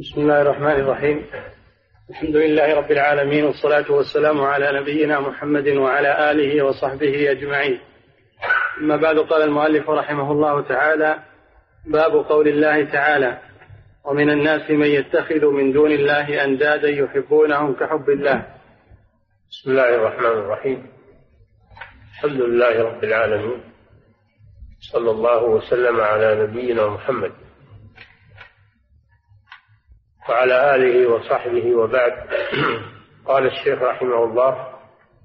بسم الله الرحمن الرحيم. الحمد لله رب العالمين، والصلاة والسلام على نبينا محمد وعلى آله وصحبه أجمعين. أما بعد، قال المؤلف رحمه الله تعالى: باب قول الله تعالى: ومن الناس من يتخذ من دون الله أندادا يحبونهم كحب الله. بسم الله الرحمن الرحيم. الحمد لله رب العالمين، صلى الله وسلم على نبينا محمد وعلى آله وصحبه وبعد. قال الشيخ رحمه الله: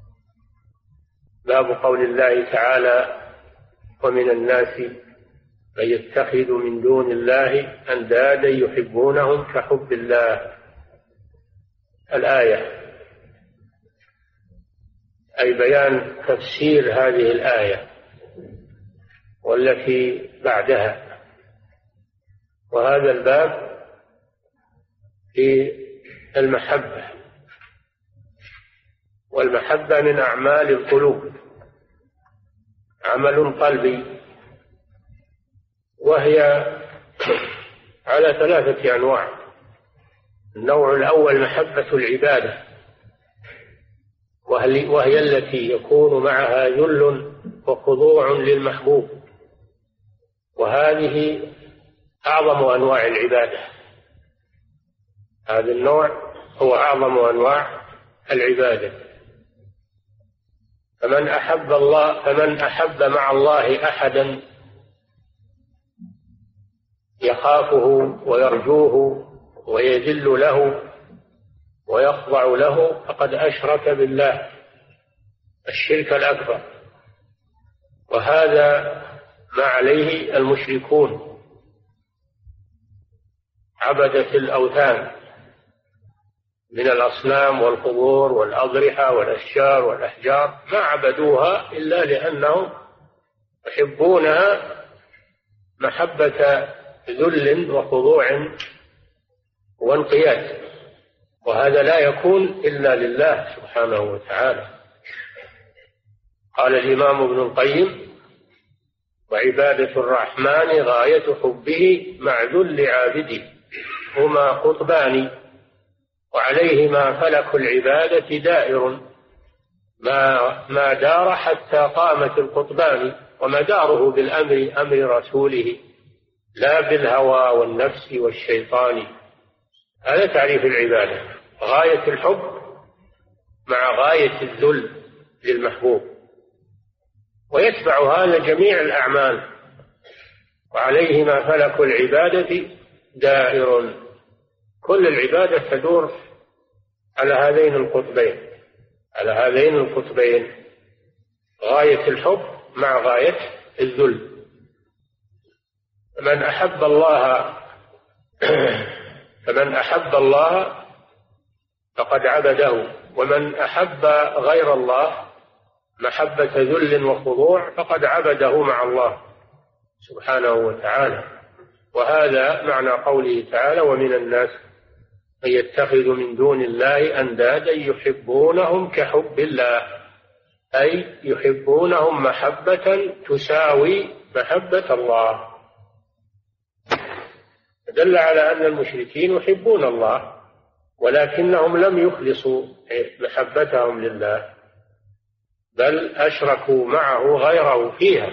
باب قول الله تعالى: ومن الناس من يتخذ من دون الله أندادا يحبونهم كحب الله. الآية، أي بيان تفسير هذه الآية والتي بعدها. وهذا الباب في المحبة، والمحبة من أعمال القلوب، عمل قلبي، وهي على ثلاثة أنواع. النوع الأول محبة العبادة، وهي التي يكون معها ذل وخضوع للمحبوب، وهذه أعظم أنواع العبادة. هذا النوع هو أعظم أنواع العبادة. فمن أحب مع الله أحدا يخافه ويرجوه ويذل له ويخضع له فقد أشرك بالله الشرك الأكبر، وهذا ما عليه المشركون عبدة الأوثان من الأصنام والقبور والأضرحة والأشجار والأحجار. ما عبدوها إلا لأنهم يحبونها محبة ذل وخضوع وانقياد، وهذا لا يكون إلا لله سبحانه وتعالى. قال الإمام ابن القيم: وعبادة الرحمن غاية حبه مع ذل عابده، هما قطبان وعليهما فلك العبادة دائر، ما دار حتى قامت القطبان، ومداره بالأمر أمر رسوله لا بالهوى والنفس والشيطان. هذا تعريف العبادة: غاية الحب مع غاية الذل للمحبوب، ويتبع هذا جميع الأعمال. وعليهما فلك العبادة دائر، كل العبادة تدور على هذين القطبين، غاية الحب مع غاية الذل. فمن أحب الله فقد عبده، ومن أحب غير الله محبة ذل وخضوع فقد عبده مع الله سبحانه وتعالى. وهذا معنى قوله تعالى: ومن الناس من يتخذ من دون الله أندادا يحبونهم كحب الله، أي يحبونهم محبة تساوي محبة الله. دل على أن المشركين يحبون الله، ولكنهم لم يخلصوا محبتهم لله، بل أشركوا معه غيره فيها.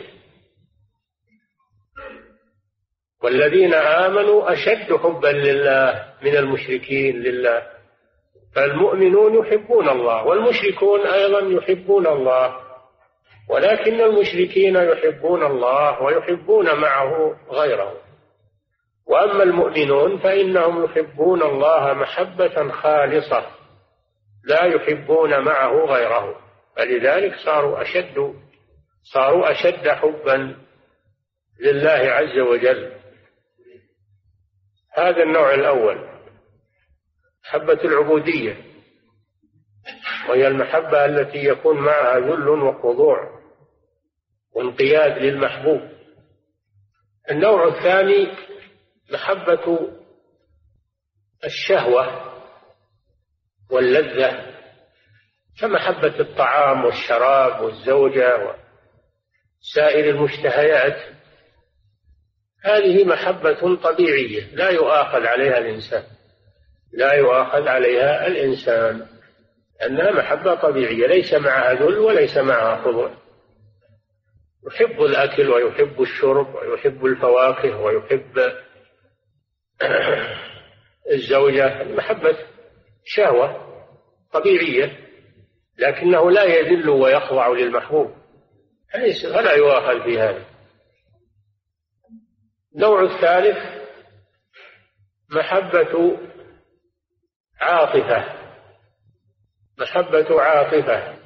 والذين آمنوا أشد حبا لله من المشركين لله. فالمؤمنون يحبون الله، والمشركون أيضا يحبون الله، ولكن المشركين يحبون الله ويحبون معه غيره. وأما المؤمنون فإنهم يحبون الله محبة خالصة، لا يحبون معه غيره، فلذلك صاروا أشد حبا لله عز وجل. هذا النوع الأول، محبة العبودية، وهي المحبة التي يكون معها ذل وخضوع وانقياد للمحبوب. النوع الثاني محبة الشهوة واللذة، كمحبة الطعام والشراب والزوجة وسائر المشتهيات. هذه محبة طبيعية لا يؤاخذ عليها الإنسان، لا يؤاخذ عليها الإنسان، أنها محبة طبيعية ليس معها ذل وليس معها خضوع. يحب الأكل ويحب الشرب ويحب الفواكه ويحب الزوجة، محبة شهوة طبيعية، لكنه لا يذل ويخضع للمحبوب، فلا يؤاخذ في هذا. النوع الثالث محبة عاطفة، محبة عاطفة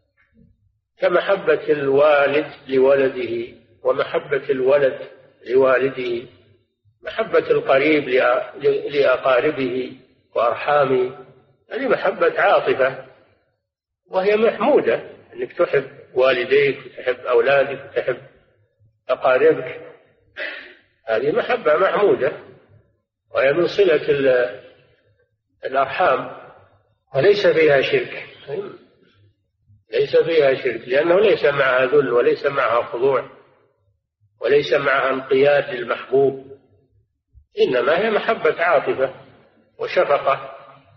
كمحبة الوالد لولده ومحبة الولد لوالده، محبة القريب لأقاربه وأرحامه، هذه محبة عاطفة وهي محمودة، أنك تحب والديك وتحب أولادك وتحب أقاربك، هذه محبة محمودة وهي من صلة الأرحام، وليس فيها شرك، ليس فيها شرك، لأنه ليس معها ذل وليس معها خضوع وليس معها انقياد للمحبوب، إنما هي محبة عاطفة وشفقة.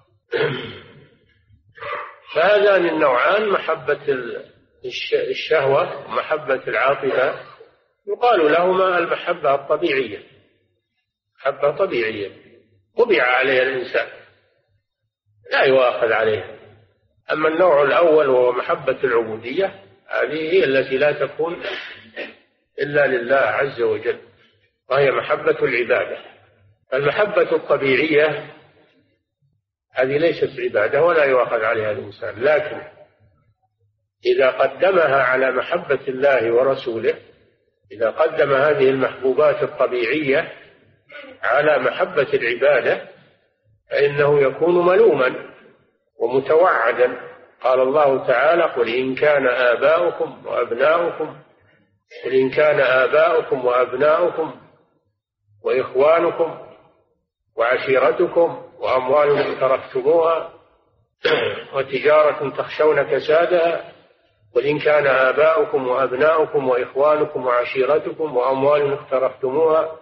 فهذان النوعان، محبة الشهوة ومحبة العاطفة، يقال لهما المحبة الطبيعية، محبة طبيعية طبع عليها الإنسان لا يؤاخذ عليها. أما النوع الأول وهو محبة العبودية، هذه هي التي لا تكون إلا لله عز وجل، وهي محبة العبادة. المحبة الطبيعية هذه ليست عبادة ولا يؤاخذ عليها الإنسان، لكن إذا قدمها على محبة الله ورسوله، إذا قدم هذه المحبوبات الطبيعية على محبة العبادة، فإنه يكون ملوما ومتوعدا. قال الله تعالى: قل إن كان آباؤكم وأبناؤكم قل إن كان آباؤكم وأبناؤكم وإخوانكم وعشيرتكم وأموال اقترفتموها وتجارة تخشون كسادها، قل إن كان آباؤكم وأبناؤكم وإخوانكم وعشيرتكم وأموال اقترفتموها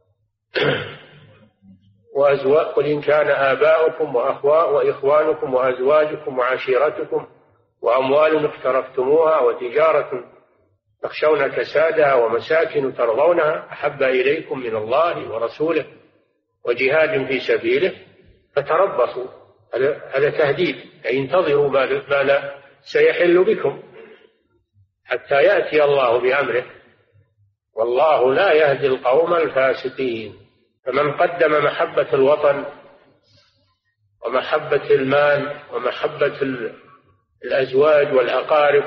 قل إن كان آباؤكم وإخوانكم وأزواجكم وعشيرتكم وأموال اقترفتموها وتجارة تخشون كسادها ومساكن ترضونها أحب إليكم من الله ورسوله وجهاد في سبيله فتربصوا. هذا تهديد، أي انتظروا ما لا سيحل بكم حتى يأتي الله بأمره، والله لا يهدي القوم الفاسقين. فمن قدم محبة الوطن ومحبة المال ومحبة الأزواج والأقارب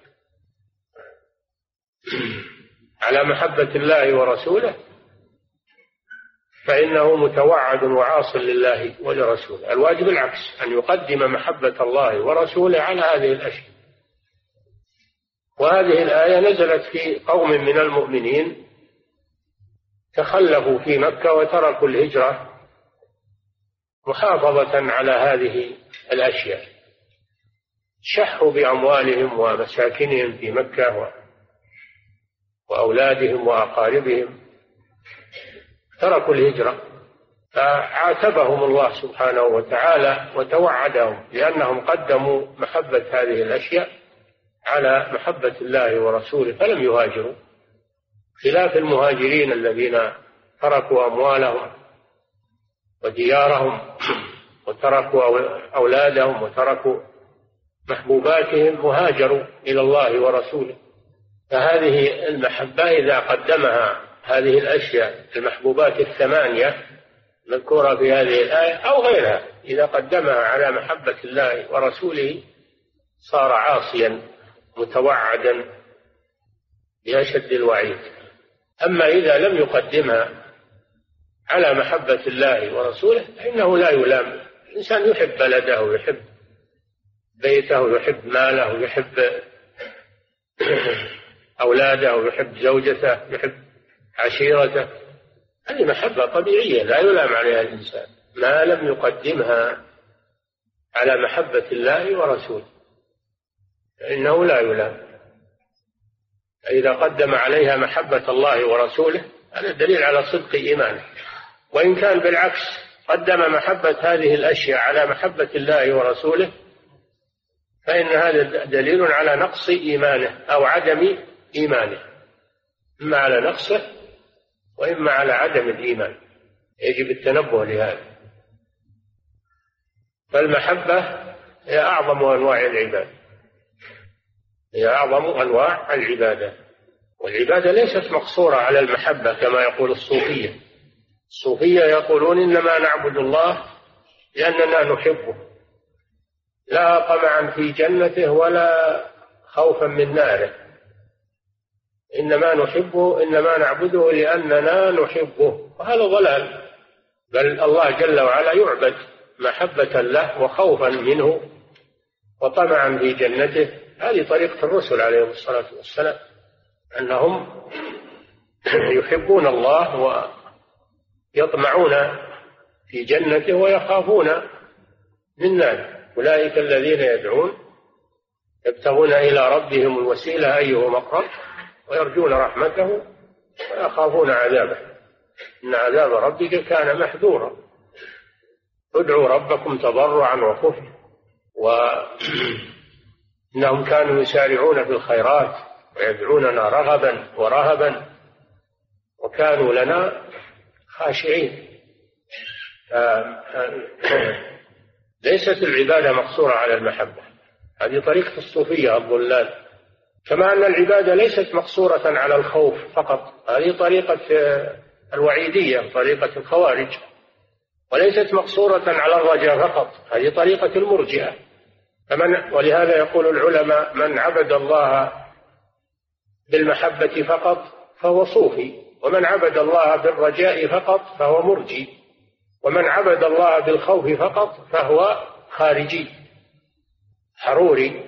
على محبة الله ورسوله، فإنه متوعد وعاص لله ولرسوله. الواجب العكس، أن يقدم محبة الله ورسوله على هذه الأشياء. وهذه الآية نزلت في قوم من المؤمنين تخلفوا في مكة وتركوا الهجرة محافظة على هذه الأشياء، شحوا بأموالهم ومساكنهم في مكة وأولادهم وأقاربهم، تركوا الهجرة، فعاتبهم الله سبحانه وتعالى وتوعدهم لأنهم قدموا محبة هذه الأشياء على محبة الله ورسوله فلم يهاجروا، خلاف المهاجرين الذين تركوا أموالهم وديارهم وتركوا أولادهم وتركوا محبوباتهم وهاجروا إلى الله ورسوله. فهذه المحبة إذا قدمها هذه الأشياء المحبوبات الثمانية مذكورة في هذه الآية أو غيرها، إذا قدمها على محبة الله ورسوله صار عاصيا متوعدا بأشد الوعيد. أما إذا لم يقدمها على محبة الله ورسوله فإنه لا يلام. الإنسان يحب بلده ويحب بيته ويحب ماله ويحب أولاده ويحب زوجته ويحب عشيرته، هذه محبة طبيعية لا يلام عليها الإنسان ما لم يقدمها على محبة الله ورسوله، فإنه لا يلام. إذا قدم عليها محبة الله ورسوله هذا دليل على صدق إيمانه، وإن كان بالعكس قدم محبة هذه الأشياء على محبة الله ورسوله فإن هذا دليل على نقص إيمانه أو عدم إيمانه، إما على نقصه وإما على عدم الإيمان. يجب التنبه لهذا. فالمحبة هي أعظم أنواع العبادة، هي أعظم أنواع العبادة. والعبادة ليست مقصورة على المحبة كما يقول الصوفية. الصوفية يقولون إنما نعبد الله لأننا نحبه، لا طمعا في جنته ولا خوفا من ناره، إنما نحبه، إنما نعبده لأننا نحبه. وهذا ضلال، بل الله جل وعلا يعبد محبة له وخوفا منه وطمعا في جنته. هذه طريقة الرسل عليهم الصلاة والسلام، أنهم يحبون الله ويطمعون في جنته ويخافون من ناره. أولئك الذين يدعون يبتغون إلى ربهم الوسيلة أيهم أقرب ويرجون رحمته ويخافون عذابه، إن عذاب ربك كان محذورا. ادعوا ربكم تضرعا وخفيا، وإنهم كانوا يسارعون في الخيرات ويدعوننا رغبا ورهبا وكانوا لنا خاشعين. ليست العبادة مقصورة على المحبة، هذه طريقة الصوفية الضلال. كما أن العبادة ليست مقصورة على الخوف فقط، هذه طريقة الوعيدية، طريقة الخوارج. وليست مقصورة على الرجاء فقط، هذه طريقة المرجئة. ولهذا يقول العلماء: من عبد الله بالمحبة فقط فهو صوفي، ومن عبد الله بالرجاء فقط فهو مرجي، ومن عبد الله بالخوف فقط فهو خارجي حروري.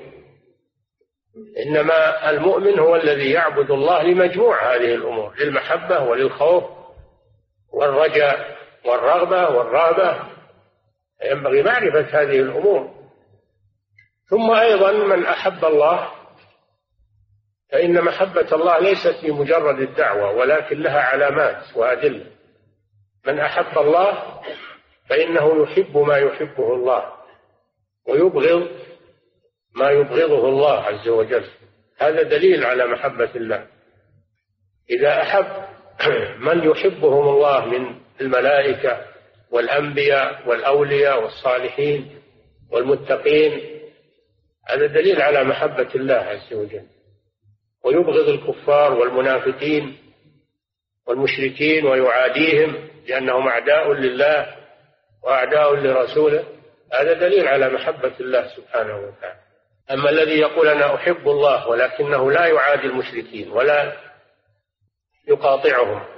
إنما المؤمن هو الذي يعبد الله لمجموع هذه الأمور، للمحبة وللخوف والرجاء والرغبة والرهبة، ينبغي معرفة هذه الأمور. ثم أيضا من أحب الله فإن محبة الله ليست بمجرد الدعوة، ولكن لها علامات وأدلة. من أحب الله فإنه يحب ما يحبه الله ويبغض ما يبغضه الله عز وجل. هذا دليل على محبة الله. إذا أحب من يحبهم الله من الملائكة والأنبياء والأولياء والصالحين والمتقين، هذا دليل على محبة الله عز وجل. ويبغض الكفار والمنافقين والمشركين ويعاديهم لأنهم أعداء لله وأعداء لرسوله، هذا دليل على محبة الله سبحانه وتعالى. أما الذي يقول أنا أحب الله ولكنه لا يعادي المشركين ولا يقاطعهم،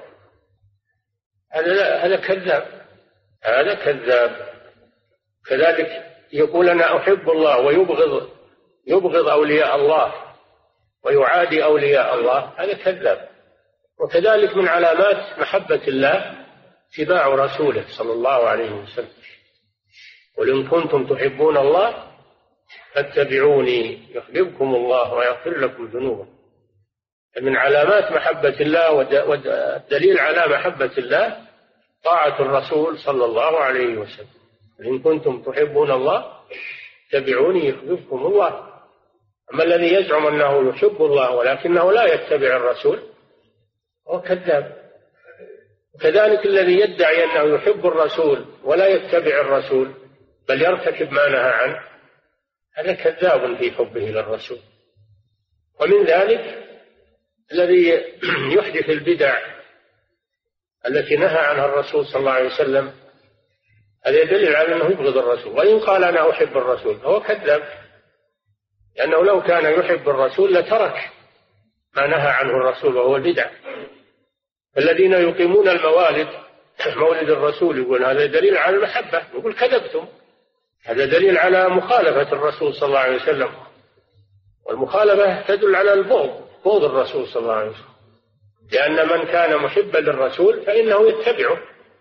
هذا كذاب، هذا كذاب. كذلك يقول أنا أحب الله ويبغض أولياء الله ويعادي أولياء الله، هذا كذاب. وكذلك من علامات محبة الله اتباع رسوله صلى الله عليه وسلم: قل إن كنتم تحبون الله فاتبعوني يحببكم الله ويغفر لكم ذنوبكم. من علامات محبة الله والدليل على محبة الله طاعة الرسول صلى الله عليه وسلم: إن كنتم تحبون الله اتبعوني يحببكم الله. أما الذي يزعم أنه يحب الله ولكنه لا يتبع الرسول هو كذاب. وكذلك الذي يدعي أنه يحب الرسول ولا يتبع الرسول بل يرتكب ما نهى عنه، هذا كذاب في حبه للرسول. ومن ذلك الذي يحدث البدع التي نهى عنها الرسول صلى الله عليه وسلم، هذا يدل على أنه يبغض الرسول. وإن قال أنا أحب الرسول هو كذاب، لأنه لو كان يحب الرسول لترك ما نهى عنه الرسول وهو البدع. الذين يقيمون الموالد مولد الرسول يقول هذا دليل على المحبة، يقول كذبتم، هذا دليل على مخالفة الرسول صلى الله عليه وسلم. والمخالفة تدل على بغض الرسول صلى الله عليه وسلم، لأن من كان محبا للرسول فإنه يتبعه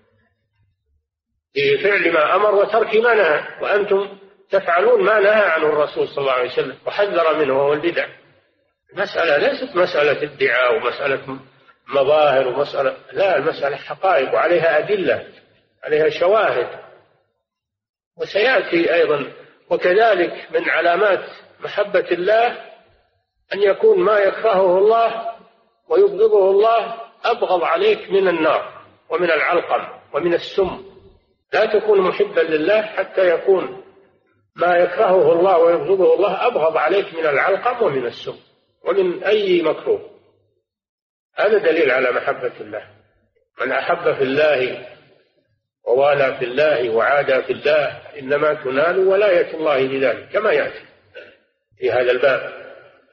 في فعل ما أمر وترك ما نهى، وأنتم تفعلون ما نهى عنه الرسول صلى الله عليه وسلم وحذر منه وهو البدع. المسألة ليست مسألة ادعاء ومسألة مظاهر ومسألة، لا، المسألة حقائق وعليها أدلة عليها شواهد، وسيأتي أيضا. وكذلك من علامات محبة الله أن يكون ما يكرهه الله ويبغضه الله أبغض عليك من النار ومن العلقم ومن السم. لا تكون محبا لله حتى يكون ما يكرهه الله ويبغضه الله أبغض عليك من العلقم ومن السم ومن أي مكروه. هذا دليل على محبة الله. من أحب في الله ووالى في الله وعادى في الله إنما تنال ولاية الله بذلك، كما يأتي في هذا الباب.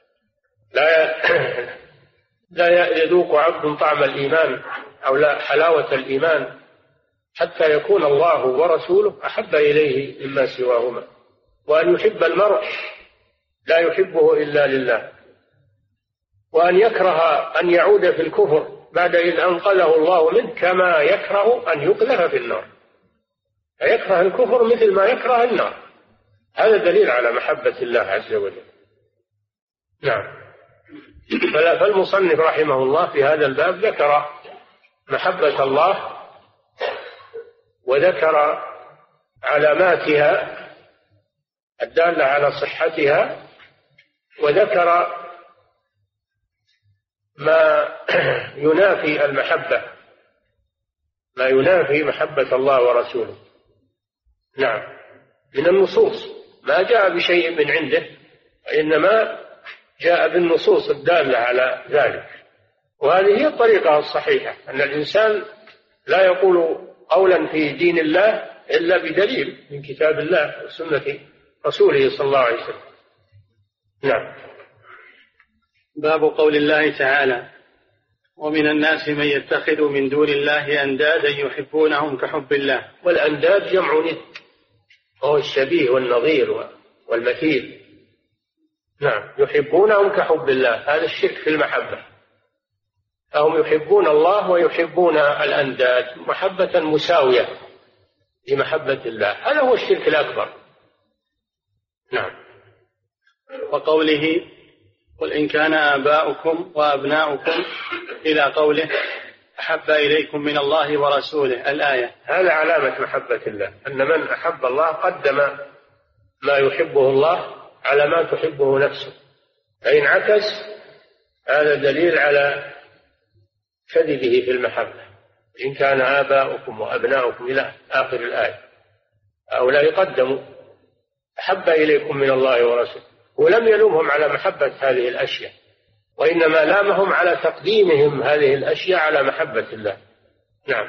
لا يذوق عبد طعم الإيمان أو لا حلاوة الإيمان حتى يكون الله ورسوله أحب إليه مما سواهما، وأن يحب المرء لا يحبه إلا لله، وأن يكره أن يعود في الكفر بعد إذ أنقذه الله منه، كما يكره أن يقذف في النار. فيكره الكفر مثل ما يكره النار. هذا دليل على محبة الله عز وجل. نعم. فالمصنف رحمه الله في هذا الباب ذكر محبة الله وذكر علاماتها الدالة على صحتها، وذكر ما ينافي المحبة، ما ينافي محبة الله ورسوله. نعم، من النصوص، ما جاء بشيء من عنده وإنما جاء بالنصوص الدالة على ذلك. وهذه هي الطريقة الصحيحة، أن الإنسان لا يقول قولا في دين الله إلا بدليل من كتاب الله وسنة رسوله صلى الله عليه وسلم. نعم. باب قول الله تعالى: ومن الناس من يتخذ من دون الله أندادا يحبونهم كحب الله. والأنداد جمع ند، وهو الشبيه والنظير والمثيل. نعم، يحبونهم كحب الله، هذا الشرك في المحبة. فهم يحبون الله ويحبون الأنداد محبة مساوية لمحبة الله، هذا هو الشرك الأكبر. نعم. وقوله: قل إن كان آباؤكم وأبناؤكم إلى قوله: أحب إليكم من الله ورسوله، الآية. هذا علامة محبة الله، أن من أحب الله قدم ما يحبه الله على ما تحبه نفسه. فإن عكس هذا دليل على كذبه في المحبة. إن كان آباؤكم وأبناؤكم إلى آخر الآية، هؤلاء قدموا أحب إليكم من الله ورسوله، ولم يلومهم على محبة هذه الأشياء، وإنما لامهم على تقديمهم هذه الأشياء على محبة الله. نعم.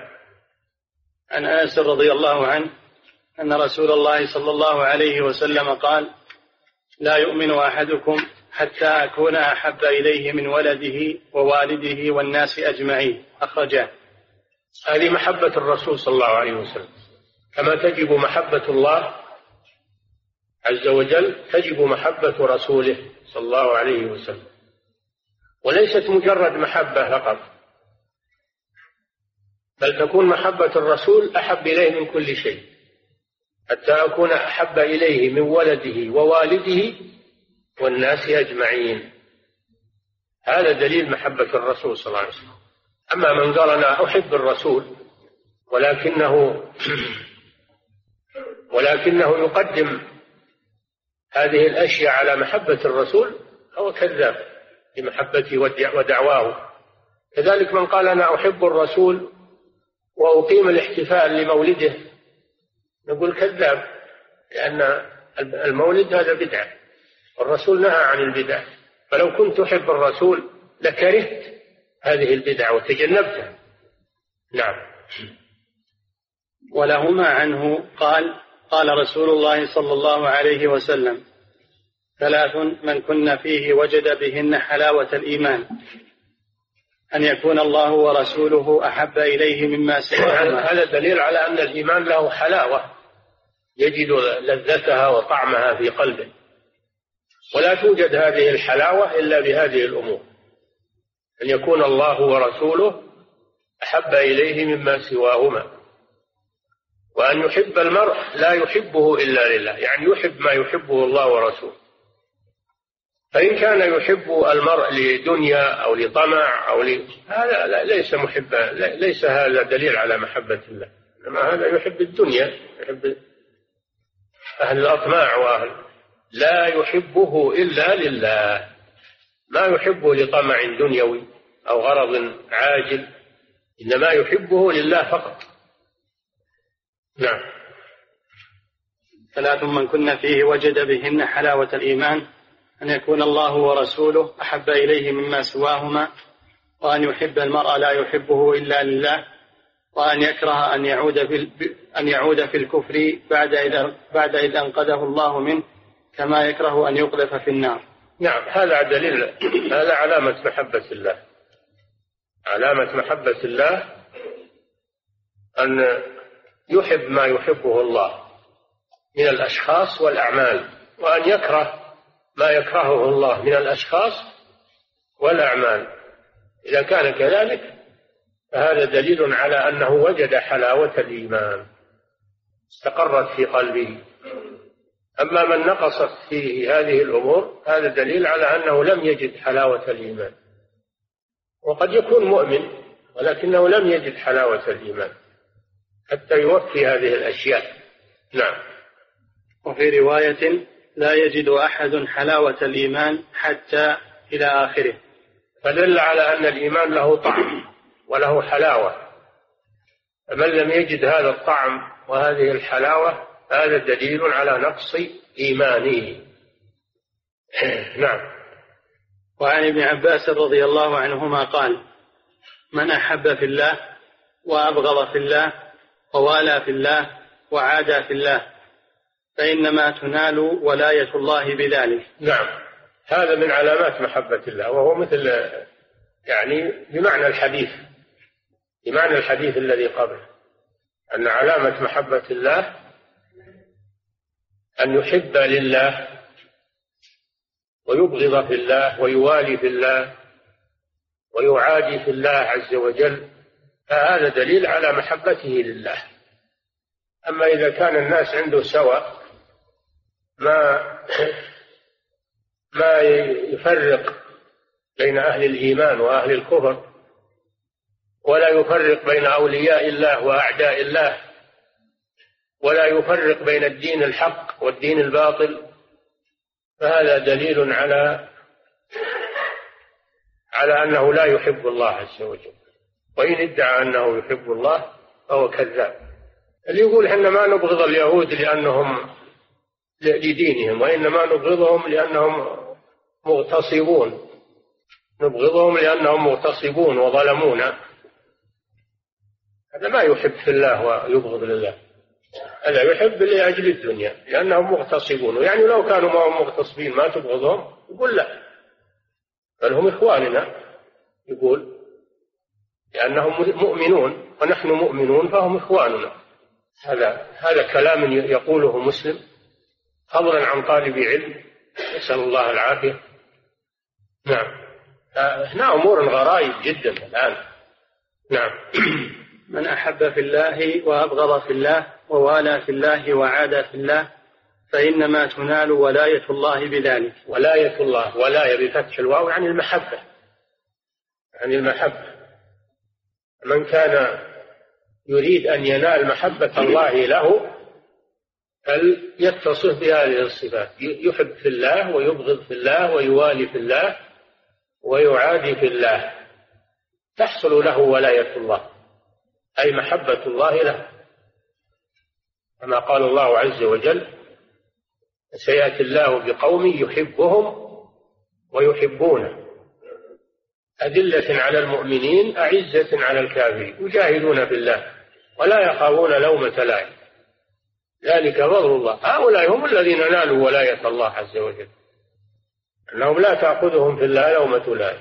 عن أنس رضي الله عنه أن رسول الله صلى الله عليه وسلم قال: لا يؤمن أحدكم حتى أكون أحب إليه من ولده ووالده والناس أجمعين، أخرجاه. هذه محبة الرسول صلى الله عليه وسلم، كما تجب محبة الله عز وجل تجب محبة رسوله صلى الله عليه وسلم، وليست مجرد محبة فقط، بل تكون محبة الرسول أحب إليه من كل شيء، حتى أكون أحب إليه من ولده ووالده والناس أجمعين. هذا دليل محبة الرسول صلى الله عليه وسلم. أما من قال أنا أحب الرسول ولكنه يقدم هذه الأشياء على محبة الرسول هو كذاب بمحبته ودعواه. كذلك من قال أنا أحب الرسول وأقيم الاحتفال لمولده نقول كذاب، لأن المولد هذا بدعة، والرسول نهى عن البدع، فلو كنت أحب الرسول لكرهت هذه البدع وتجنبتها. نعم. ولهما عنه قال: قال رسول الله صلى الله عليه وسلم: ثلاث من كن فيه وجد بهن حلاوة الإيمان: أن يكون الله ورسوله أحب إليه مما سواهما. هذا دليل على أن الإيمان له حلاوة، يجد لذتها وطعمها في قلبه، ولا توجد هذه الحلاوة إلا بهذه الأمور: أن يكون الله ورسوله أحب إليه مما سواهما، وأن يحب المرء لا يحبه إلا لله، يعني يحب ما يحبه الله ورسوله. فإن كان يحب المرء لدنيا أو لطمع هذا ليس محبا، ليس هذا دليل على محبة الله. إنما هذا يحب الدنيا، يحب أهل الأطماع لا يحبه إلا لله، ما يحبه لطمع دنيوي أو غرض عاجل، إنما يحبه لله فقط. نعم. 3 من كن فيه وجد بهن حلاوة الإيمان: أن يكون الله ورسوله أحب إليه مما سواهما، وأن يحب المرء لا يحبه إلا لله، وأن يكره أن يعود في الكفر بعد إذ أنقذه الله منه، كما يكره أن يقذف في النار. نعم، هذا دليل، هذا علامة محبة الله. علامة محبة الله أن يحب ما يحبه الله من الأشخاص والأعمال، وأن يكره ما يكرهه الله من الأشخاص والأعمال. إذا كان كذلك فهذا دليل على أنه وجد حلاوة الإيمان، استقرت في قلبه. أما من نقصت فيه هذه الأمور هذا دليل على أنه لم يجد حلاوة الإيمان. وقد يكون مؤمن ولكنه لم يجد حلاوة الإيمان حتى يوفي هذه الأشياء. نعم. وفي رواية: لا يجد أحد حلاوة الإيمان حتى إلى آخره. فدل على أن الإيمان له طعم وله حلاوة، فمن لم يجد هذا الطعم وهذه الحلاوة هذا دليل على نقص إيمانه. نعم. وعن ابن عباس رضي الله عنهما قال: من أحب في الله وأبغض في الله ووالى في الله وعادى في الله فإنما تنال ولاية الله بذلك. نعم، هذا من علامات محبة الله، وهو مثل يعني بمعنى الحديث الذي قبله، أن علامة محبة الله أن يحب لله ويبغض في الله ويوالي في الله ويعادي في الله عز وجل، فهذا دليل على محبته لله. أما إذا كان الناس عنده سواء ما يفرق بين أهل الإيمان وأهل الكفر، ولا يفرق بين أولياء الله وأعداء الله، ولا يفرق بين الدين الحق والدين الباطل، فهذا دليل على أنه لا يحب الله عز وجل. وإن ادعى أنه يحب الله فهو كذاب. اللي يقول إحنا ما نبغض اليهود لأنهم لدينهم، وإنما نبغضهم لأنهم مغتصبون، نبغضهم لأنهم مغتصبون وظلمونا، هذا ما يحب في الله ويبغض لله، هذا يحب لأجل الدنيا لأنهم مغتصبون. يعني لو كانوا ما هم مغتصبين ما تبغضهم؟ يقول لا، بل هم إخواننا، يقول لأنهم مؤمنون ونحن مؤمنون فهم إخواننا. هذا كلام يقوله مسلم فضلا عن طالب علم، نسأل الله العافية. نعم، هنا أمور غرائب جدا الآن. نعم. من أحب في الله وأبغض في الله ووالى في الله وعادى في الله فإنما تنال ولاية الله بذلك. ولاية الله، ولاية بفتح الواو يعني المحبة، يعني المحبة. من كان يريد أن ينال محبة الله له فليتصف بهذه الصفات: يحب في الله ويبغض في الله ويوالي في الله ويعادي في الله، تحصل له ولاية الله، أي محبة الله له، كما قال الله عز وجل: سيأتي الله بقوم يحبهم ويحبونه أذلة على المؤمنين أعزة على الكافرين يجاهدون في الله ولا يخافون لومة لائم ذلك فضل الله. هؤلاء هم الذين نالوا ولاية الله عز وجل، أنهم لا تأخذهم في الله لومة لائم،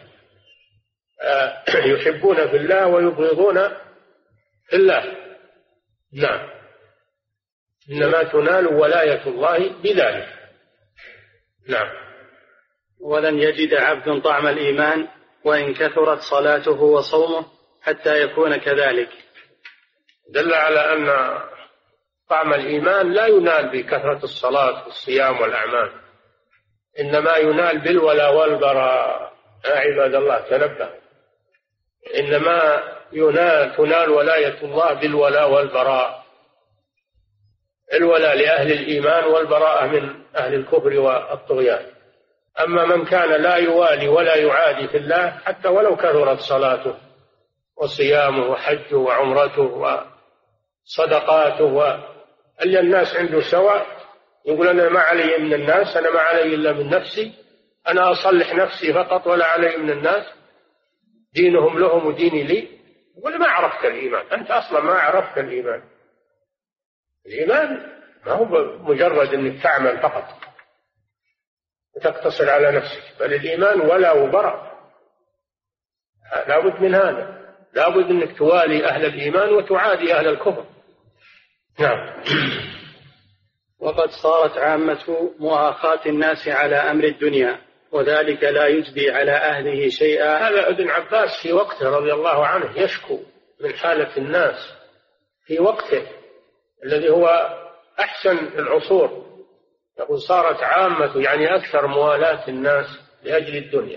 يحبون في الله ويبغضون في الله. نعم، إنما تنال ولاية الله بذلك. نعم. ولن يجد عبد طعم الإيمان وإن كثرت صلاته وصومه حتى يكون كذلك. دل على أن طعم الإيمان لا ينال بكثرة الصلاة والصيام والأعمال، إنما ينال بالولاء والبراء. يا عباد الله تنبه، إنما تنال ولاية الله بالولاء والبراء، الولاء لأهل الإيمان والبراءة من أهل الكفر والطغيان. أما من كان لا يوالي ولا يعادي في الله حتى ولو كثرت صلاته وصيامه وحجه وعمرته وصدقاته وأي الناس عنده سواء، يقول أنا ما علي من الناس، أنا ما علي إلا من نفسي، أنا أصلح نفسي فقط ولا علي من الناس، دينهم لهم وديني لي، يقول ما عرفت الإيمان، أنت أصلا ما عرفت الإيمان. الإيمان ما هو مجرد أنك تعمل فقط وتقتصر على نفسك، بل الإيمان ولا وبراء، لا بد من هذا، لا بد أنك توالي أهل الإيمان وتعادي أهل الكفر. نعم. وقد صارت عامة مؤاخاة الناس على أمر الدنيا، وذلك لا يجدي على أهله شيئا. هذا ابن عباس في وقته رضي الله عنه يشكو من حالة الناس في وقته الذي هو أحسن العصور، يقول صارت عامة يعني أكثر موالاة الناس لأجل الدنيا،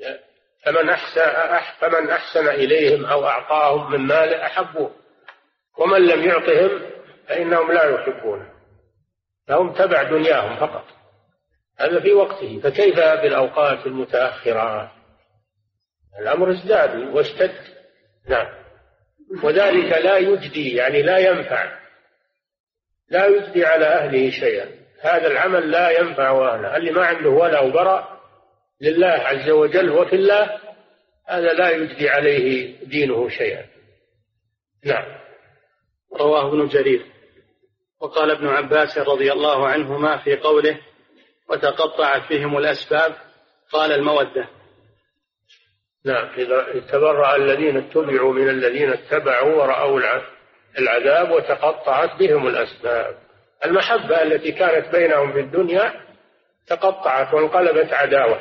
فمن أحسن إليهم أو أعطاهم من ماله أحبوه، ومن لم يعطهم فإنهم لا يحبونه، فهم تبع دنياهم فقط. هذا في وقته، فكيف بالأوقات المتأخرة؟ الأمر ازداد واشتد. نعم. وذلك لا يجدي يعني لا ينفع، لا يجدي على أهله شيئا، هذا العمل لا ينفع أهله، اللي ما عنده ولا وبراء لله عز وجل وفي الله، هذا لا يجدي عليه دينه شيئا. نعم. رواه ابن جرير. وقال ابن عباس رضي الله عنهما في قوله وتقطعت بهم الأسباب، قال المودة. نعم. إذا تبرأ الذين اتبعوا من الذين اتبعوا ورأوا العذاب وتقطعت بهم الأسباب، المحبة التي كانت بينهم في الدنيا تقطعت وانقلبت عداوة.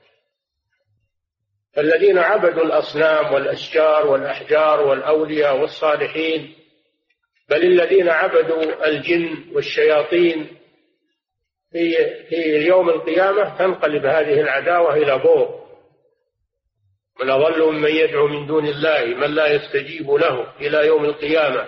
فالذين عبدوا الأصنام والأشجار والأحجار والأولياء والصالحين، بل الذين عبدوا الجن والشياطين في يوم القيامة تنقلب هذه العداوة إلى بغض. من أضل ممن يدعو من دون الله من لا يستجيب له إلى يوم القيامة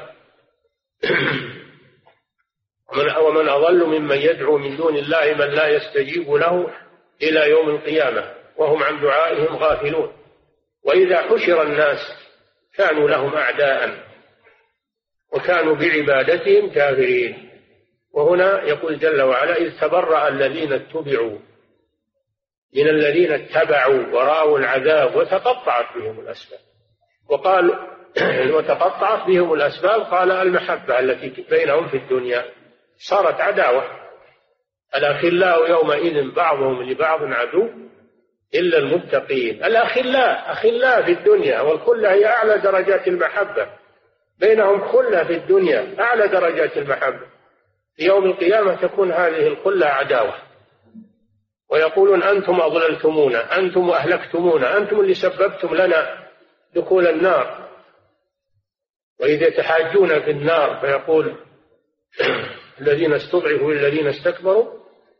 ومن أضل ممن يدعو من دون الله من لا يستجيب له إلى يوم القيامة وهم عن دعائهم غافلون. وإذا حشر الناس كانوا لهم أعداء وكانوا بعبادتهم كافرين. وهنا يقول جل وعلا إذ تبرأ الذين اتبعوا من الذين اتبعوا ورأوا العذاب وتقطعت بهم الأسباب. وقال وتقطعت بهم الأسباب، قال المحبة التي بينهم في الدنيا صارت عداوة. الأخلاء يومئذ بعضهم لبعض عدو إلا المتقين. أخلاء في الدنيا، والخلة هي أعلى درجات المحبة، بينهم خلة في الدنيا أعلى درجات المحبة. في يوم القيامة تكون هذه الخلة عداوة، ويقولون أنتم أضللتمونا، أنتم أهلكتمونا، أنتم اللي سببتم لنا دخول النار. وإذا يتحاجون في النار فيقول الذين استضعفوا للذين استكبروا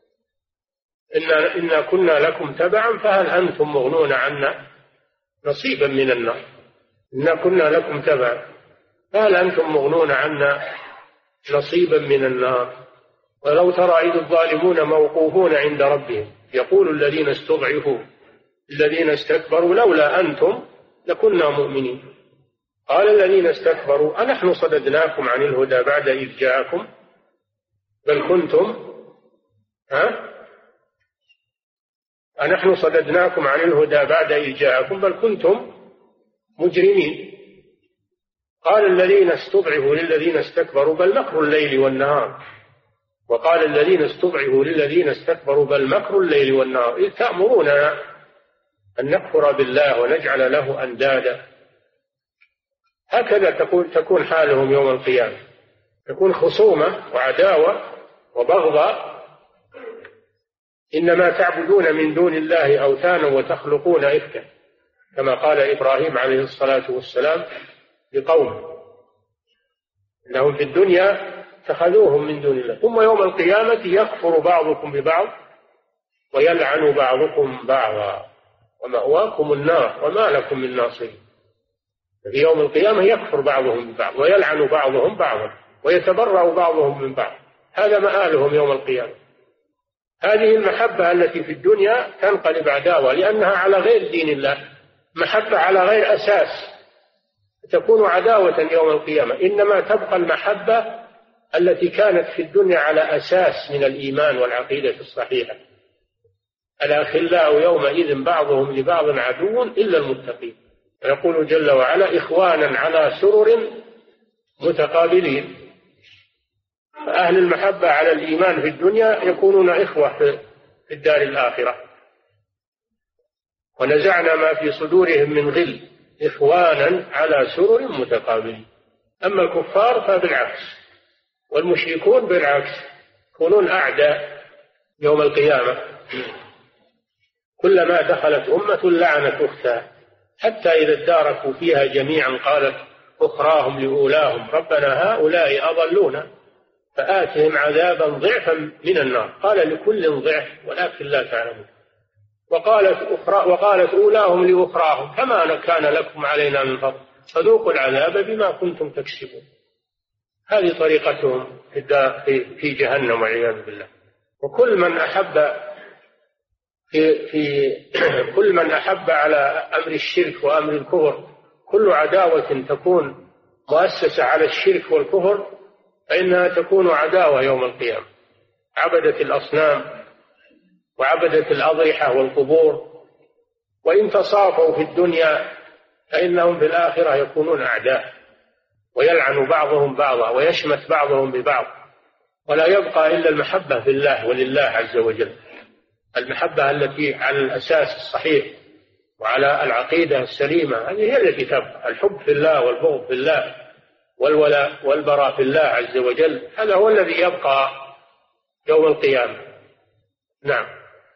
إنا كنا لكم تبعا فهل أنتم مغنون عنا نصيبا من النار. إنا كنا لكم تبعا فهل أنتم مغنون عنا نصيبا من النار. ولو ترى إذ الظالمون موقوفون عند ربهم يقول الذين استضعفوا الذين استكبروا لولا أنتم لكنا مؤمنين. قال الذين استكبروا أنحن صددناكم عن الهدى بعد إذ جاءكم بل كنتم أنحن صددناكم عن الهدى بعد إذ جاءكم بل كنتم مجرمين. قال الذين استضعفوا للذين استكبروا بل مكر الليل والنهار. وقال الذين استضعفوا للذين استكبروا بل مكر الليل والنهار إذ تأمروننا أن نكفر بالله ونجعل له أندادا. هكذا تكون حالهم يوم القيامة، تكون خصومة وعداوة وبغضاء. إنما تعبدون من دون الله أوثانا وتخلقون إفكا كما قال إبراهيم عليه الصلاة والسلام لقومه إنهم في الدنيا اتخذوهم من دون الله ثم يوم القيامة يكفر بعضكم ببعض ويلعن بعضكم بعضا ومأواكم النار وما لكم من ناصرين. في يوم القيامة يكفر بعضهم ببعض ويلعن بعضهم بعضا ويتبرأ بعضهم من بعض، هذا مآلهم يوم القيامة. هذه المحبة التي في الدنيا تنقلب عداوة لأنها على غير دين الله، محبة على غير أساس تكون عداوة يوم القيامة. إنما تبقى المحبة التي كانت في الدنيا على أساس من الإيمان والعقيدة الصحيحة. الأخلاء يومئذ بعضهم لبعض عدو إلا المتقين. يقول جل وعلا: إخوانا على سرر متقابلين. فأهل المحبة على الإيمان في الدنيا يكونون إخوة في الدار الآخرة. ونزعنا ما في صدورهم من غل إخوانا على سرر متقابلين. أما الكفار فبالعكس، والمشركون بالعكس يكونون أعداء يوم القيامة. كلما دخلت أمة لعنت أختها، حتى إذا اداركوا فيها جميعا قالت أخراهم لأولاهم ربنا هؤلاء أضلونا فآتهم عذابا ضعفا من النار. قال لكل ضعف ولكن لا تعلمون. وقالت أولاهم لأخراهم فما كان لكم علينا من فضل فذوقوا العذاب بما كنتم تكسبون. هذه طريقتهم في جهنم والعياذ بالله. وكل من أحب على أمر الشرك وأمر الكفر، كل عداوة تكون مؤسسة على الشرك والكفر فإنها تكون عداوة يوم القيامة. عبدة الأصنام وعبدة الأضرحة والقبور، وإن تصافوا في الدنيا فإنهم في الآخرة يكونون أعداء، ويلعن بعضهم بعضا ويشمت بعضهم ببعض، ولا يبقى إلا المحبة في الله ولله عز وجل، المحبة التي على الأساس الصحيح وعلى العقيدة السليمة. هذه هي التي تبقى، الحب في الله والبغض في الله والولاء والبراء في الله عز وجل، هذا هو الذي يبقى يوم القيامة. نعم.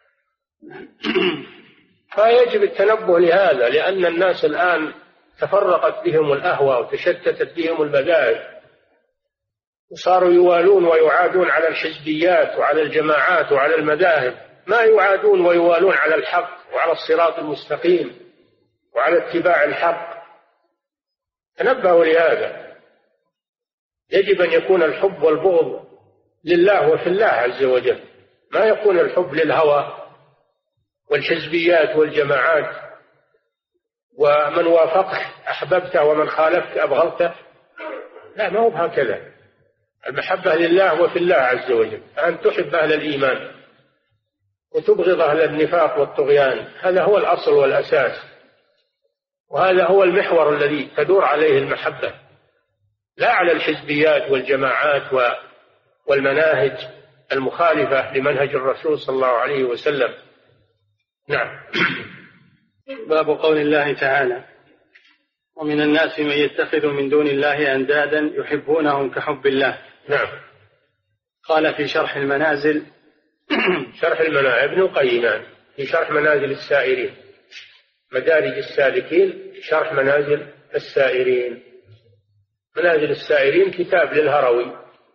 فيجب التنبه لهذا، لأن الناس الآن تفرقت بهم الأهواء وتشتتت بهم المذاهب، وصاروا يوالون ويعادون على الحزبيات وعلى الجماعات وعلى المذاهب، ما يعادون ويوالون على الحق وعلى الصراط المستقيم وعلى اتباع الحق. تنبهوا لهذا. يجب أن يكون الحب والبغض لله وفي الله عز وجل، ما يكون الحب للهوى والحزبيات والجماعات، ومن وافقه أحببته ومن خالفك أبغضته. لا، ما هو هكذا. المحبة لله وفي الله عز وجل، أن تحب أهل الإيمان وتبغض أهل النفاق والطغيان، هذا هو الأصل والأساس، وهذا هو المحور الذي تدور عليه المحبة، لا على الحزبيات والجماعات والمناهج المخالفة لمنهج الرسول صلى الله عليه وسلم. نعم. باب قول الله تعالى: ومن الناس من يتخذ من دون الله أندادا يحبونهم كحب الله. نعم. قال في شرح المنازل شرح المنازل ابن القيم في شرح منازل السائرين، مدارج السالكين شرح منازل السائرين. منازل السائرين كتاب للهروي،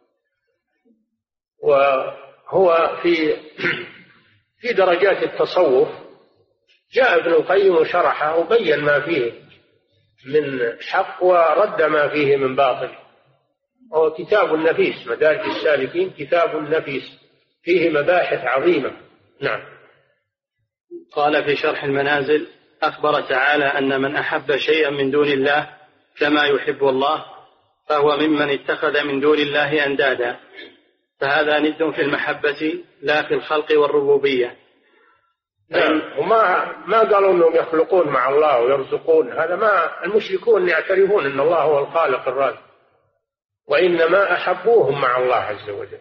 وهو في درجات التصوف. جاء ابن القيم وشرحه وبين ما فيه من حق ورد ما فيه من باطل. هو كتاب نفيس، مدارج السالكين كتاب نفيس فيه مباحث عظيمة. نعم. قال في شرح المنازل: أخبر تعالى أن من أحب شيئا من دون الله كما يحب الله فهو ممن اتخذ من دون الله أندادا، فهذا ند في المحبة لا في الخلق والربوبية. نعم. وما قالوا أنهم يخلقون مع الله ويرزقون، هذا ما المشركون يعترفون أن الله هو الخالق الرازق، وإنما أحبوهم مع الله عز وجل،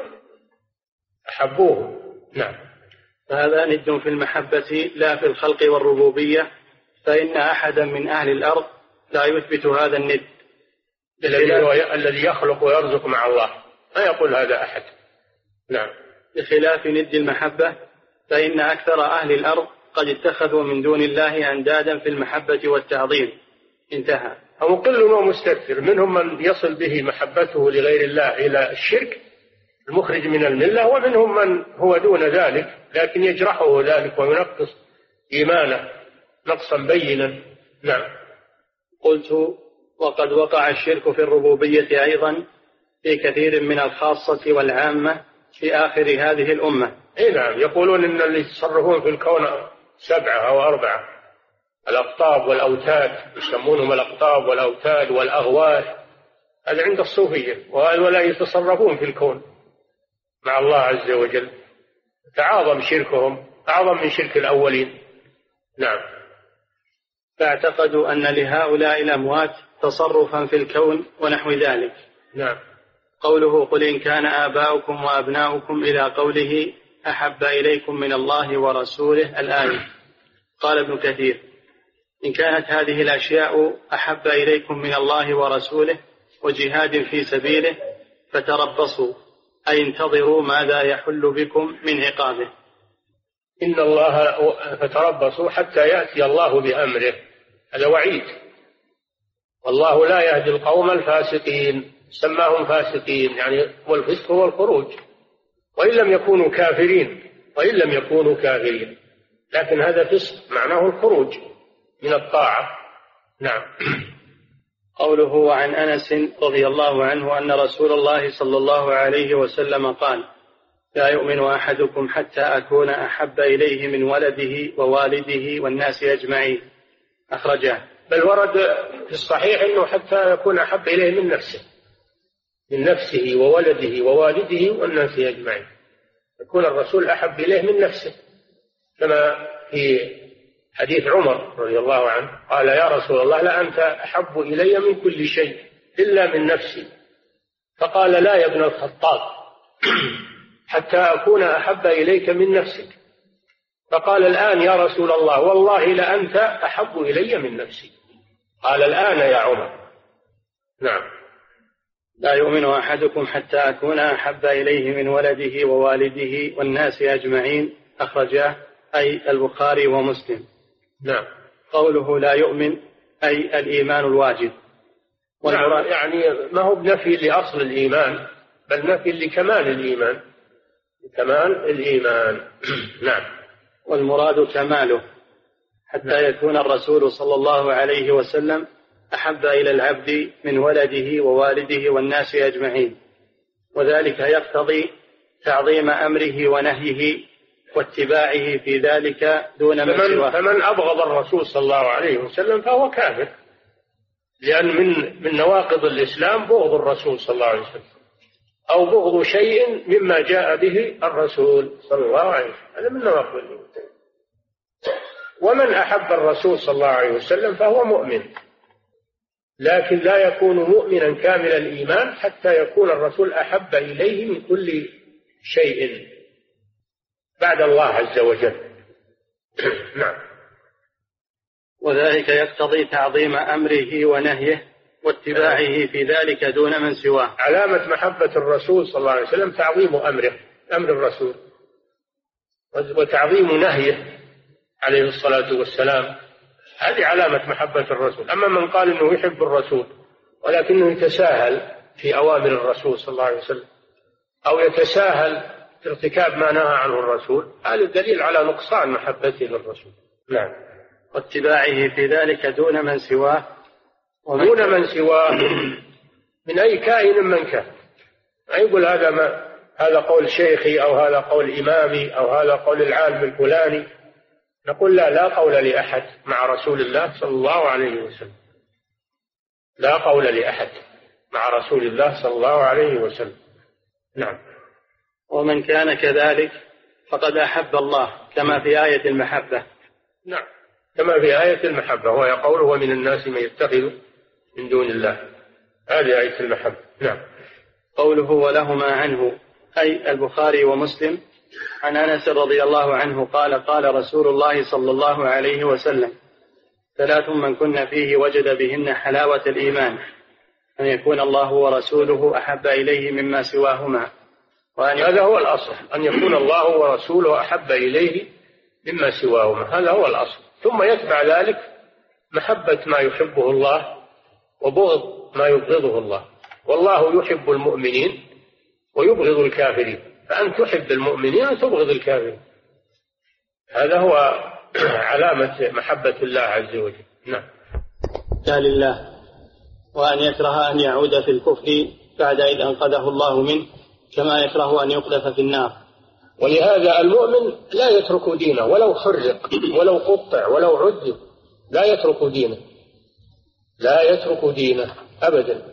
أحبوهم. نعم. فهذا ند في المحبة لا في الخلق والربوبية، فإن أحدا من أهل الأرض لا يثبت هذا الند الذي يخلق ويرزق مع الله، ما يقول هذا أحد. نعم. بخلاف ند المحبة، فإن أكثر أهل الأرض قد اتخذوا من دون الله أندادا في المحبة والتعظيم. انتهى. ومقل ومستكثر، منهم من يصل به محبته لغير الله إلى الشرك المخرج من الملة، ومنهم من هو دون ذلك لكن يجرحه ذلك وينقص إيمانه نقصا بينا. نعم. قلت: وقد وقع الشرك في الربوبية أيضا في كثير من الخاصة والعامة في آخر هذه الأمة. نعم، يقولون إن اللي يتصرفون في الكون 7 أو 4، الأقطاب والأوتاد، يسمونهم الأقطاب والأوتاد والأغواث، هذا عند الصوفية، ولا يتصرفون في الكون مع الله عز وجل. تعاظم شركهم، أعظم من شرك الأولين. نعم. فاعتقدوا أن لهؤلاء الأموات تصرفا في الكون ونحو ذلك. نعم. قوله: قل إن كان آباؤكم وأبناؤكم إلى قوله أحب إليكم من الله ورسوله الآية. قال ابن كثير: إن كانت هذه الأشياء أحب إليكم من الله ورسوله وجهاد في سبيله فتربصوا، أي انتظروا ماذا يحل بكم من عقابه. إن الله فتربصوا حتى يأتي الله بأمره، هذا وعيد. والله لا يهدي القوم الفاسقين، سماهم فاسقين، يعني والفسق هو الخروج، وإن لم يكونوا كافرين، لكن هذا فسق معناه الخروج من الطاعة. نعم. قوله: وعن أنس رضي الله عنه أن رسول الله صلى الله عليه وسلم قال: لا يؤمن أحدكم حتى أكون أحب إليه من ولده ووالده والناس أجمعين، أخرجاه. بل ورد في الصحيح أنه حتى يكون أحب إليه من نفسه وولده ووالده والناس أجمعين، يكون الرسول أحب إليه من نفسه، كما في حديث عمر رضي الله عنه قال: يا رسول الله، لا أنت أحب إلي من كل شيء إلا من نفسي. فقال: لا يا ابن الخطاب، حتى أكون أحب إليك من نفسك. فقال: الآن يا رسول الله، والله لأنت أحب إلي من نفسي. قال: الآن يا عمر. نعم. لا يؤمن أحدكم حتى أكون أحب إليه من ولده ووالده والناس أجمعين، أخرجاه، أي البخاري ومسلم. نعم. قوله لا يؤمن أي الإيمان الواجب. نعم، يعني ما هو بنفي لأصل الإيمان، بل نفي لكمال الإيمان، نعم. والمراد كماله، حتى يكون الرسول صلى الله عليه وسلم أحب إلى العبد من ولده ووالده والناس أجمعين، وذلك يقتضي تعظيم أمره ونهيه واتباعه في ذلك دون من سواه. فمن أبغض الرسول صلى الله عليه وسلم فهو كافر، لأن من نواقض الإسلام بغض الرسول صلى الله عليه وسلم، أو بغض شيء مما جاء به الرسول صلى الله عليه وسلم، هذا من نواقض الإسلام. ومن أحب الرسول صلى الله عليه وسلم فهو مؤمن، لكن لا يكون مؤمنا كامل الإيمان حتى يكون الرسول أحب إليه من كل شيء بعد الله عز وجل. نعم. وذلك يقتضي تعظيم أمره ونهيه واتباعه في ذلك دون من سواه. علامة محبة الرسول صلى الله عليه وسلم تعظيم أمره، أمر الرسول، وتعظيم نهيه عليه الصلاة والسلام، هذه علامة محبة الرسول. أما من قال إنه يحب الرسول ولكنه يتساهل في أوامر الرسول صلى الله عليه وسلم، أو يتساهل في ارتكاب ما نهى عنه الرسول، هذا دليل على نقصان محبته للرسول. نعم. واتباعه في ذلك دون من سواه، ودون من سواه من أي كائن من كان. ما يقول هذا قول شيخي، أو هذا قول إمامي، أو هذا قول العالم الفلاني. نقول لا قول لأحد مع رسول الله صلى الله عليه وسلم، لا قول لأحد مع رسول الله صلى الله عليه وسلم. نعم. ومن كان كذلك فقد أحب الله، كما في آية المحبة. نعم، كما في آية المحبة، وهي قوله: ومن الناس من يتخذ من دون الله، هذه آية المحبة. نعم. قوله ولهما عنه أي البخاري ومسلم عن أنس رضي الله عنه قال: قال رسول الله صلى الله عليه وسلم: 3 من كن فيه وجد بهن حلاوة الإيمان، أن يكون الله ورسوله أحب إليه مما سواهما. هذا هو الأصل، أن يكون الله ورسوله أحب إليه مما سواهما، هذا هو الأصل. ثم يتبع ذلك محبة ما يحبه الله وبغض ما يبغضه الله. والله يحب المؤمنين ويبغض الكافرين، فأن تحب المؤمنين وتبغض الكافرين، هذا هو علامة محبة الله عز وجل. نعم. لا لله، وأن يكره أن يعود في الكفر بعد إذ أنقذه الله منه، كما يكره أن يقذف في النار. ولهذا المؤمن لا يترك دينه ولو حرق ولو قطع ولو عذب، لا يترك دينه، لا يترك دينه أبدا،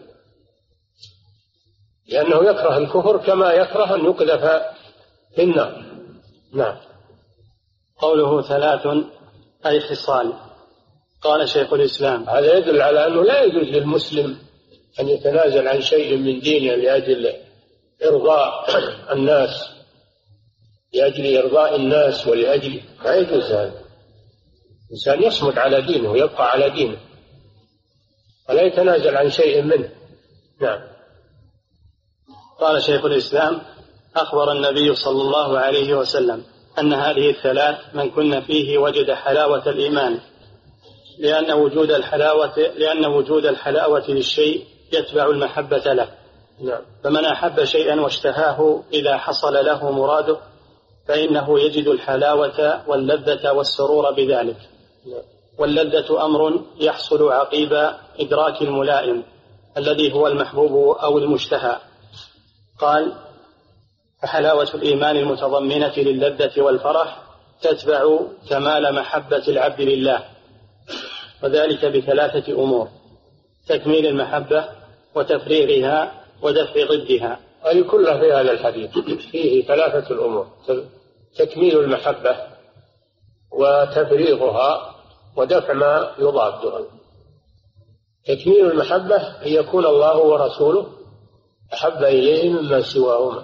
لأنه يكره الكفر كما يكره أن يقذف في النار. نعم. قوله 3 أي خصال. قال شيخ الإسلام: هذا يدل على أنه لا يجوز للمسلم أن يتنازل عن شيء من دينه لأجل إرضاء الناس، لأجل إرضاء الناس ولأجل، لا يجوز هذا. الإنسان يصمت على دينه ويبقى على دينه ولا يتنازل عن شيء منه. نعم. قال شيخ الإسلام: أخبر النبي صلى الله عليه وسلم أن هذه 3 من كن فيه وجد حلاوة الإيمان، لأن وجود الحلاوة للشيء يتبع المحبة له. نعم. فمن أحب شيئا واشتهاه إذا حصل له مراده فإنه يجد الحلاوة واللذة والسرور بذلك. نعم. واللذة أمر يحصل عقيب إدراك الملائم الذي هو المحبوب أو المشتهى. قال: فحلاوة الإيمان المتضمنة للذة والفرح تتبع كمال محبة العبد لله، وذلك ب3 أمور: تكميل المحبة وتفريغها ودفع ضدها. هذه كلها في هذا الحديث فيه 3 الأمور: تكميل المحبة وتفريغها ودفع ما يضادها. تكميل المحبة أن يكون الله ورسوله أحب إليه مما سواهما.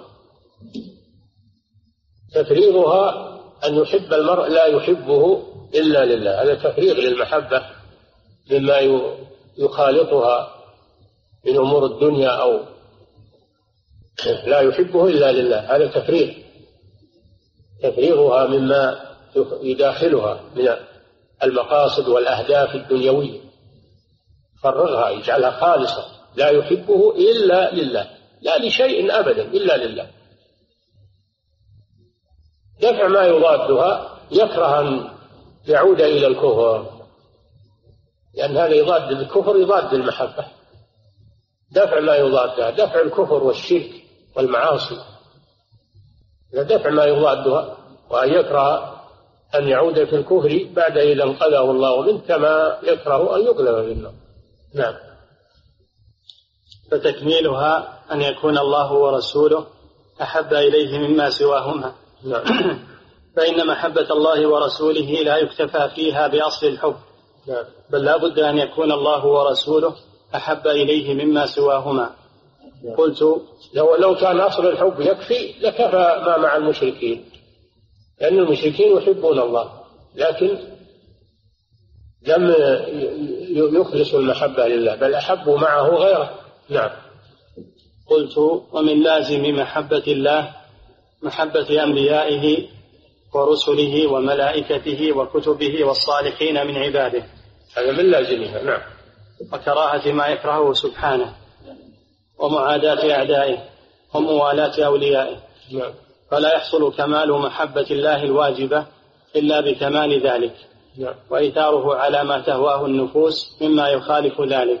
تفريغها أن يحب المرء لا يحبه إلا لله، هذا تفريغ للمحبة مما يخالطها من أمور الدنيا أو لا يحبه إلا لله، هذا تفريغها مما يداخلها من المقاصد والأهداف الدنيوية، فرغها يجعلها خالصة، لا يحبه إلا لله، لا لشيء أبدا إلا لله. دفع ما يضادها، يكره أن يعود إلى الكفر، لأن هذا يضاد الكفر، يضاد المحبة. دفع ما يضادها، دفع الكفر والشرك والمعاصي، دفع ما يضادها، وأن يكره أن يعود في الكفر بعد إذا انقذه الله منه، كما يكره أن يقذف في النار. نعم. فتكميلها أن يكون الله ورسوله أحب إليه مما سواهما. نعم. فإن محبة الله ورسوله لا يكتفى فيها بأصل الحب، نعم. بل لا بد أن يكون الله ورسوله أحب إليه مما سواهما. نعم. قلت: لو كان أصل الحب يكفي لكفى ما مع المشركين، لأن المشركين يحبون الله لكن لم يخلصوا المحبة لله، بل أحبوا معه غيره. نعم. قلت: ومن لازم محبة الله محبة أنبيائه ورسله وملائكته وكتبه والصالحين من عباده، هذا من لازمها. نعم. وكراهة ما يكرهه سبحانه، ومعاداة أعدائه وموالاة أوليائه. نعم. فلا يحصل كمال محبة الله الواجبة إلا بكمال ذلك. نعم. وإيثاره على ما تهواه النفوس مما يخالف ذلك.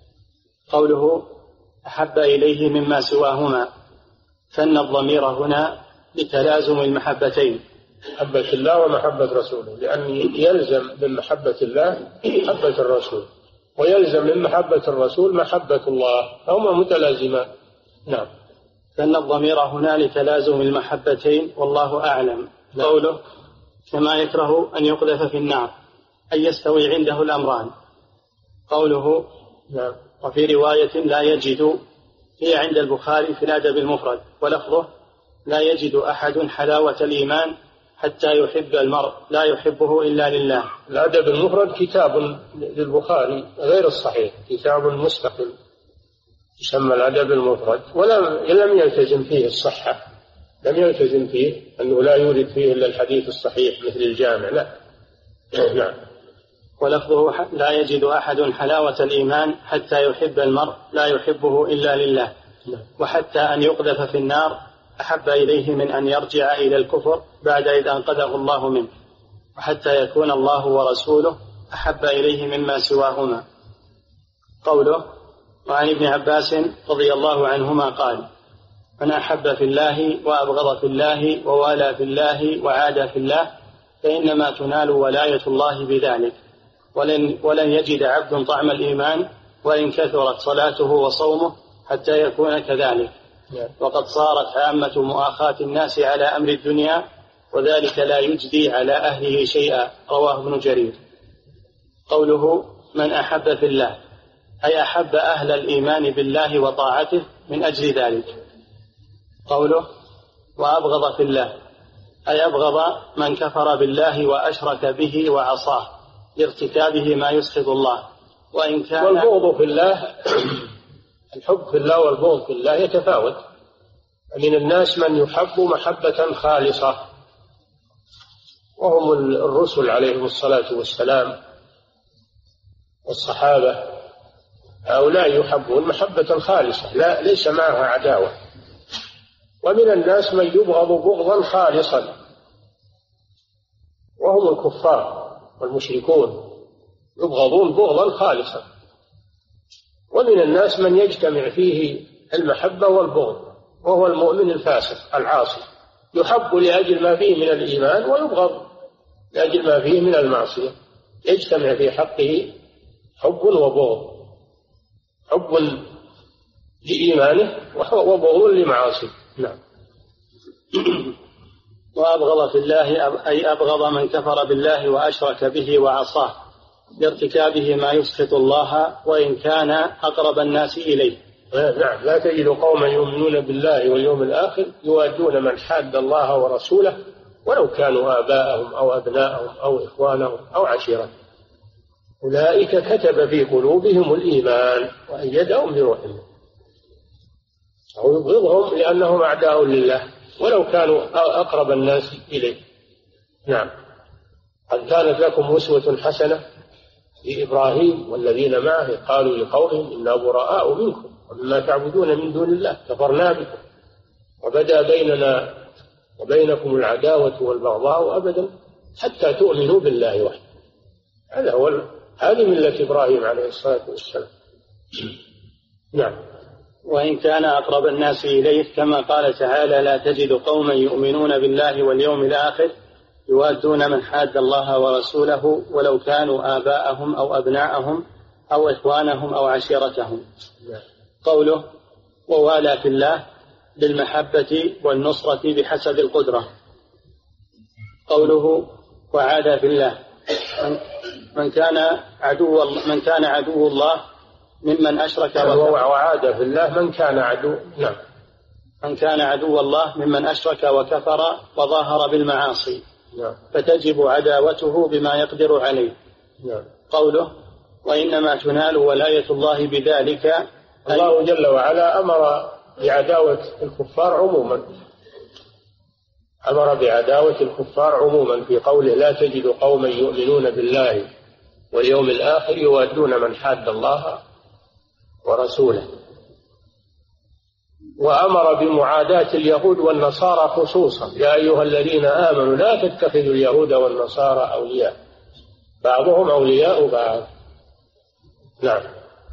قوله أحب إليه مما سواهما، فإن الضمير هنا لتلازم المحبتين، محبة الله ومحبة رسوله، لأن يلزم من محبة الله محبة الرسول، ويلزم من محبة الرسول محبة الله، فهما متلازمان. نعم. فإن الضمير هنا لتلازم المحبتين والله أعلم. نعم. قوله كما يكره أن يقذف في النار أن يستوي عنده الأمران. قوله نعم. وفي رواية لا يجد، هي عند البخاري في الأدب المفرد، ولفظه لا يجد أحد حلاوة الإيمان حتى يحب المرء لا يحبه إلا لله. الأدب المفرد كتاب للبخاري غير الصحيح، كتاب مستقل يسمى الأدب المفرد، ولم يلتزم فيه الصحة، لم يلتزم فيه أنه لا يورد فيه إلا الحديث الصحيح مثل الجامع، لا. نعم. ولفظه لا يجد أحد حلاوة الإيمان حتى يحب المرء لا يحبه إلا لله. وحتى أن يقذف في النار أحب إليه من أن يرجع إلى الكفر بعد إذ أنقذه الله منه. وحتى يكون الله ورسوله أحب إليه مما سواهما. قوله: وعن ابن عباس رضي الله عنهما قال: من أحب في الله وأبغض في الله ووالى في الله وعادى في الله فإنما تنال ولاية الله بذلك، ولن يجد عبد طعم الإيمان وإن كثرت صلاته وصومه حتى يكون كذلك. وقد صارت عامة مؤاخاة الناس على أمر الدنيا، وذلك لا يجدي على أهله شيئا. رواه ابن جرير. قوله: من أحب في الله، أي أحب أهل الإيمان بالله وطاعته من أجل ذلك. قوله: وأبغض في الله، أي أبغض من كفر بالله وأشرك به وعصاه لارتكابه ما يسخط الله. وإن كان والبغض في الله، الحب في الله والبغض في الله يتفاوت. من الناس من يحب محبة خالصة، وهم الرسل عليهم الصلاة والسلام والصحابة، هؤلاء يحبون محبة خالصة لا ليس معها عداوة. ومن الناس من يبغض بغضا خالصا، وهم الكفار والمشركون يبغضون بغضا خالصا. ومن الناس من يجتمع فيه المحبة والبغض، وهو المؤمن الفاسق العاصي، يحب لأجل ما فيه من الإيمان ويبغض لأجل ما فيه من المعصية، يجتمع في حقه حب وبغض، حب لإيمانه وبغض لمعاصيه. نعم. وأبغض في الله، أي أبغض من كفر بالله وأشرك به وعصاه لارتكابه ما يسخط الله وإن كان أقرب الناس إليه. نعم. لا تجد قوما يؤمنون بالله واليوم الآخر يوادون من حاد الله ورسوله ولو كانوا آباءهم أو أبناءهم أو إخوانهم أو عشيرتهم، أولئك كتب في قلوبهم الإيمان وأيدهم بروح منه. أو يبغضهم لأنهم أعداء لله ولو كانوا أقرب الناس إليه. نعم. قد كانت لكم أسوة حسنة في إبراهيم والذين معه قالوا لقومهم إنا براء منكم ومما تعبدون من دون الله كفرنا بكم وبدا بيننا وبينكم العداوة والبغضاء أبدا حتى تؤمنوا بالله وحده. هذه ملة إبراهيم عليه الصلاة والسلام. نعم. وإن كان أقرب الناس إليه، كما قال تعالى: لا تجد قوما يؤمنون بالله واليوم الآخر يوادون من حاد الله ورسوله ولو كانوا آباءهم أو أبناءهم أو إخوانهم أو عشيرتهم. قوله: ووالى في الله، بالمحبة والنصرة بحسب القدرة. قوله: وعادى في الله، من كان عدو الله ممن أشرك وعاد في الله من كان عدو. نعم. من كان عدو الله ممن أشرك وكفر وظاهر بالمعاصي. نعم. فتجب عداوته بما يقدر عليه. نعم. قوله: وإنما تنال ولاية الله بذلك. الله جل وعلا أمر بعداوة الكفار عموما، أمر بعداوة الكفار عموما في قوله: لا تجد قوما يؤمنون بالله واليوم الآخر يوادون من حاد الله ورسوله. وأمر بمعاداة اليهود والنصارى خصوصا: يا أيها الذين آمنوا لا تتخذوا اليهود والنصارى أولياء بعضهم أولياء بعض. نعم.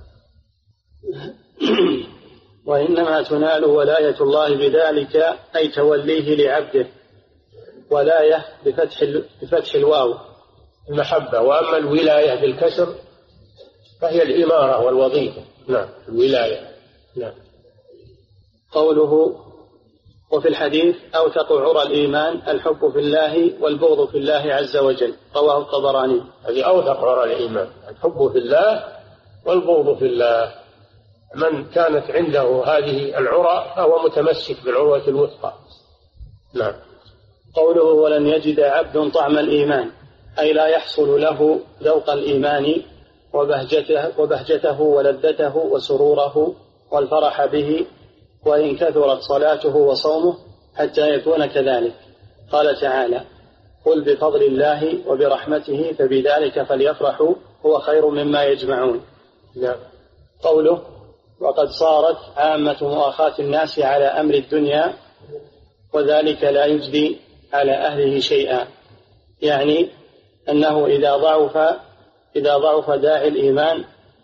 وإنما تنال ولاية الله بذلك، أي توليه لعبده. ولاية بفتح الواو المحبة، وأما الولاية بالكسر فهي الإمارة والوظيفة. نعم. الولاية. نعم. قوله: وفي الحديث: أوثق عرى الإيمان الحب في الله والبغض في الله عز وجل. رواه الطبراني. هذه أوثق عرى الإيمان، الحب في الله والبغض في الله. من كانت عنده هذه العرى فهو متمسك بالعروة الوثقى. نعم. قوله: ولن يجد عبد طعم الإيمان، أي لا يحصل له ذوق الإيمان وبهجته ولذته وسروره والفرح به وإن كثرت صلاته وصومه حتى يكون كذلك. قال تعالى: قل بفضل الله وبرحمته فبذلك فليفرحوا هو خير مما يجمعون. نعم. قوله: وقد صارت عامة مؤاخاة الناس على أمر الدنيا، وذلك لا يجدي على أهله شيئا، يعني أنه إذا ضعف داعي الإيمان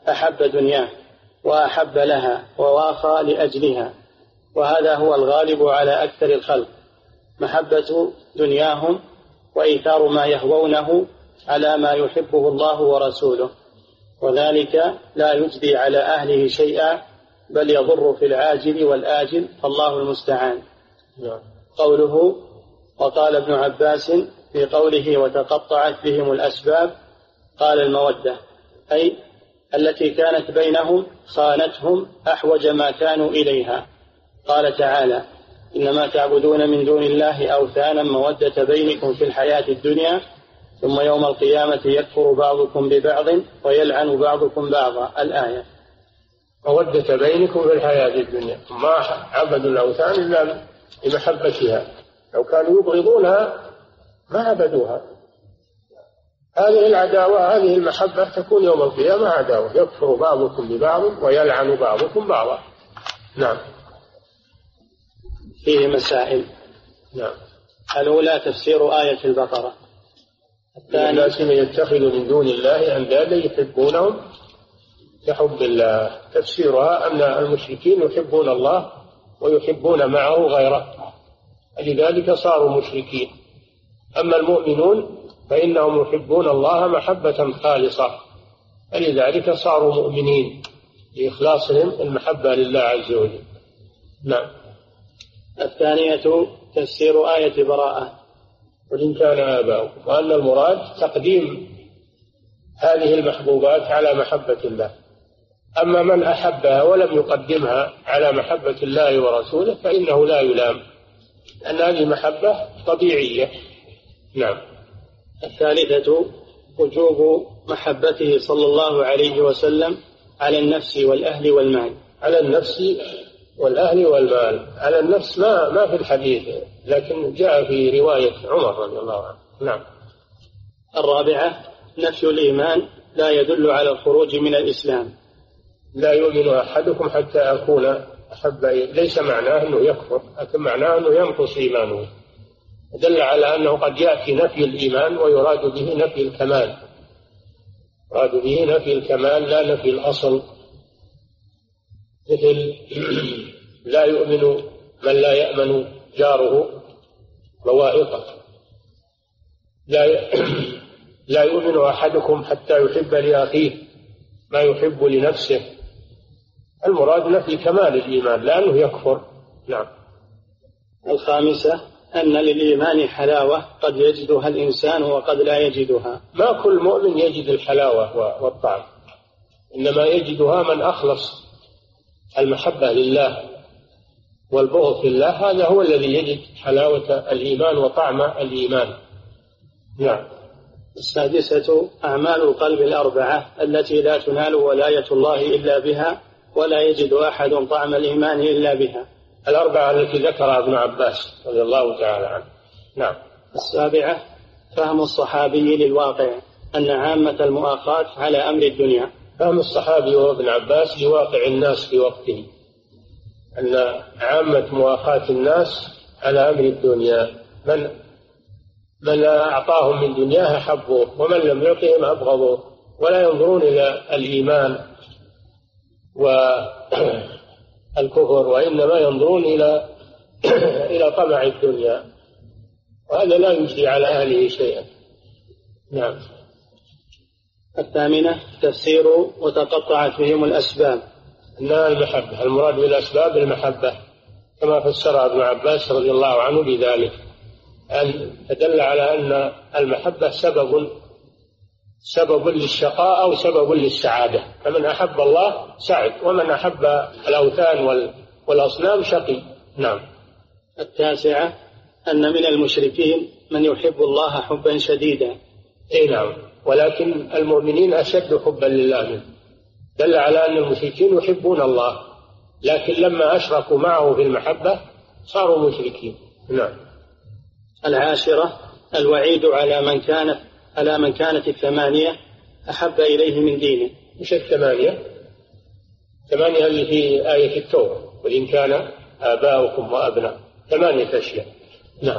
أحب دنياه وأحب لها وواخى لأجلها، وهذا هو الغالب على أكثر الخلق، محبة دنياهم وإيثار ما يهوونه على ما يحبه الله ورسوله، وذلك لا يجدي على أهله شيئا بل يضر في العاجل والآجل، فالله المستعان. قوله وقال ابن عباس في قوله وتقطعت بهم الأسباب، قال المودة، أي التي كانت بينهم خانتهم أحوج ما كانوا إليها. قال تعالى إنما تعبدون من دون الله أوثانا مودة بينكم في الحياة الدنيا ثم يوم القيامة يكفر بعضكم ببعض ويلعن بعضكم بعضا، الآية. مودة بينكم في الحياة الدنيا، ما عبدوا الأوثان إلا لمحبتها، لو كانوا يبغضونها ما عبدوها. هذه العداوة هذه المحبة تكون يوم القيامة عداوة، يكفر بعضكم ببعض ويلعن بعضكم بعضا. نعم. فيه مسائل. نعم. الأولى تفسير آية البقرة. الناس من يتخذ من دون الله أندادا يحبونهم كحب الله. تفسيرها أن المشركين يحبون الله ويحبون معه غيره، لذلك صاروا مشركين. أما المؤمنون فإنهم يحبون الله محبة خالصة، فلذلك صاروا مؤمنين لإخلاصهم المحبة لله عز وجل. نعم. الثانية تفسير آية براءة. وإن كان آباؤكم، وأن المراد تقديم هذه المحبوبات على محبة الله. أما من أحبها ولم يقدمها على محبة الله ورسوله فإنه لا يلام، أن هذه محبة طبيعية. نعم. الثالثة وجوب محبته صلى الله عليه وسلم على النفس والأهل والمال. على النفس والأهل والمال. على النفس ما في الحديث، لكن جاء في رواية عمر رضي الله عنه. نعم. الرابعة نفي الإيمان لا يدل على الخروج من الإسلام. لا يؤمن أحدكم حتى أكون أحب إليه، ليس معناه أنه يكفر، لكن معناه أنه ينقص إيمانه. دل على أنه قد يأتي نفي الإيمان ويراد به نفي الكمال، يراد به نفي الكمال لا نفي الأصل. مثل لا يؤمن من لا يأمن جاره بوائقه، لا يؤمن أحدكم حتى يحب لأخيه ما يحب لنفسه. المراد نفي كمال الإيمان لأنه يكفر. نعم. الخامسة أن للإيمان حلاوة قد يجدها الإنسان وقد لا يجدها. ما كل مؤمن يجد الحلاوة والطعم، إنما يجدها من أخلص المحبة لله والبغض لله، هذا هو الذي يجد حلاوة الإيمان وطعم الإيمان. نعم. السادسة أعمال القلب الأربعة التي لا تنال ولاية الله إلا بها ولا يجد أحد طعم الإيمان إلا بها. الأربعة التي ذكرها ابن عباس رضي الله تعالى عنه. نعم. السابعة فهم الصحابي للواقع أن عامة المؤاخاة على أمر الدنيا. فهم الصحابي وابن عباس لواقع الناس في وقته، أن عامة مؤاخاة الناس على أمر الدنيا، من أعطاهم من دنياها حبوه ومن لم يعطهم أبغضوه، ولا ينظرون إلى الإيمان والكفر، وإنما ينظرون إلى طمع الدنيا، وهذا لا يجزي على أهله شيئا. نعم. الثامنة تفسير وتقطعت بهم الأسباب. إنها المحبة، المراد بالأسباب المحبة كما فسرها ابن عباس رضي الله عنه بذلك، أن تدل على أن المحبة سبب للشقاء أو سبب للسعادة، فمن أحب الله سعد، ومن أحب الأوثان والأصنام شقي. نعم. التاسعة أن من المشركين من يحب الله حبا شديدا. أي نعم، ولكن المؤمنين أشد حبا لله منه، دل على أن المشركين يحبون الله، لكن لما أشركوا معه في المحبة صاروا مشركين. نعم. العاشرة الوعيد على من كانت الثمانية أحب إليه من دينه. مش الثمانية اللي في آية التوبة، وإن كان آباؤكم وأبناء، 8 أشياء. نعم.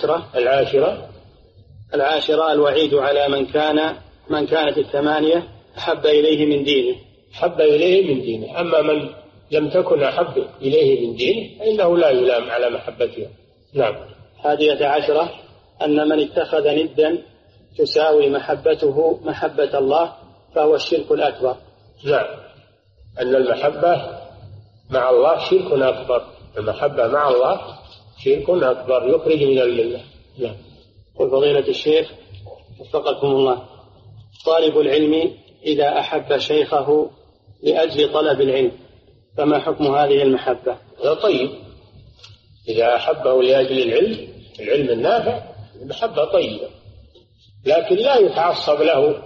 العاشرة الوعيد على من كانت الثمانية أحب إليه من دينه. أحب إليه من دينه. أما من لم تكن أحب إليه من دينه فإنه لا يلام على محبتها. نعم. 11 أن من اتخذ ندا تساوي محبته محبة الله فهو الشرك الأكبر. نعم، أن المحبة مع الله شرك أكبر. المحبة مع الله شرك أكبر يخرج من الملة. نعم. وفضيلة الشيخ وفقكم الله، طالب العلم إذا أحب شيخه لأجل طلب العلم فما حكم هذه المحبة؟ هذا طيب، إذا أحبه لأجل العلم النافع المحبة طيبة، لكن لا يتعصب له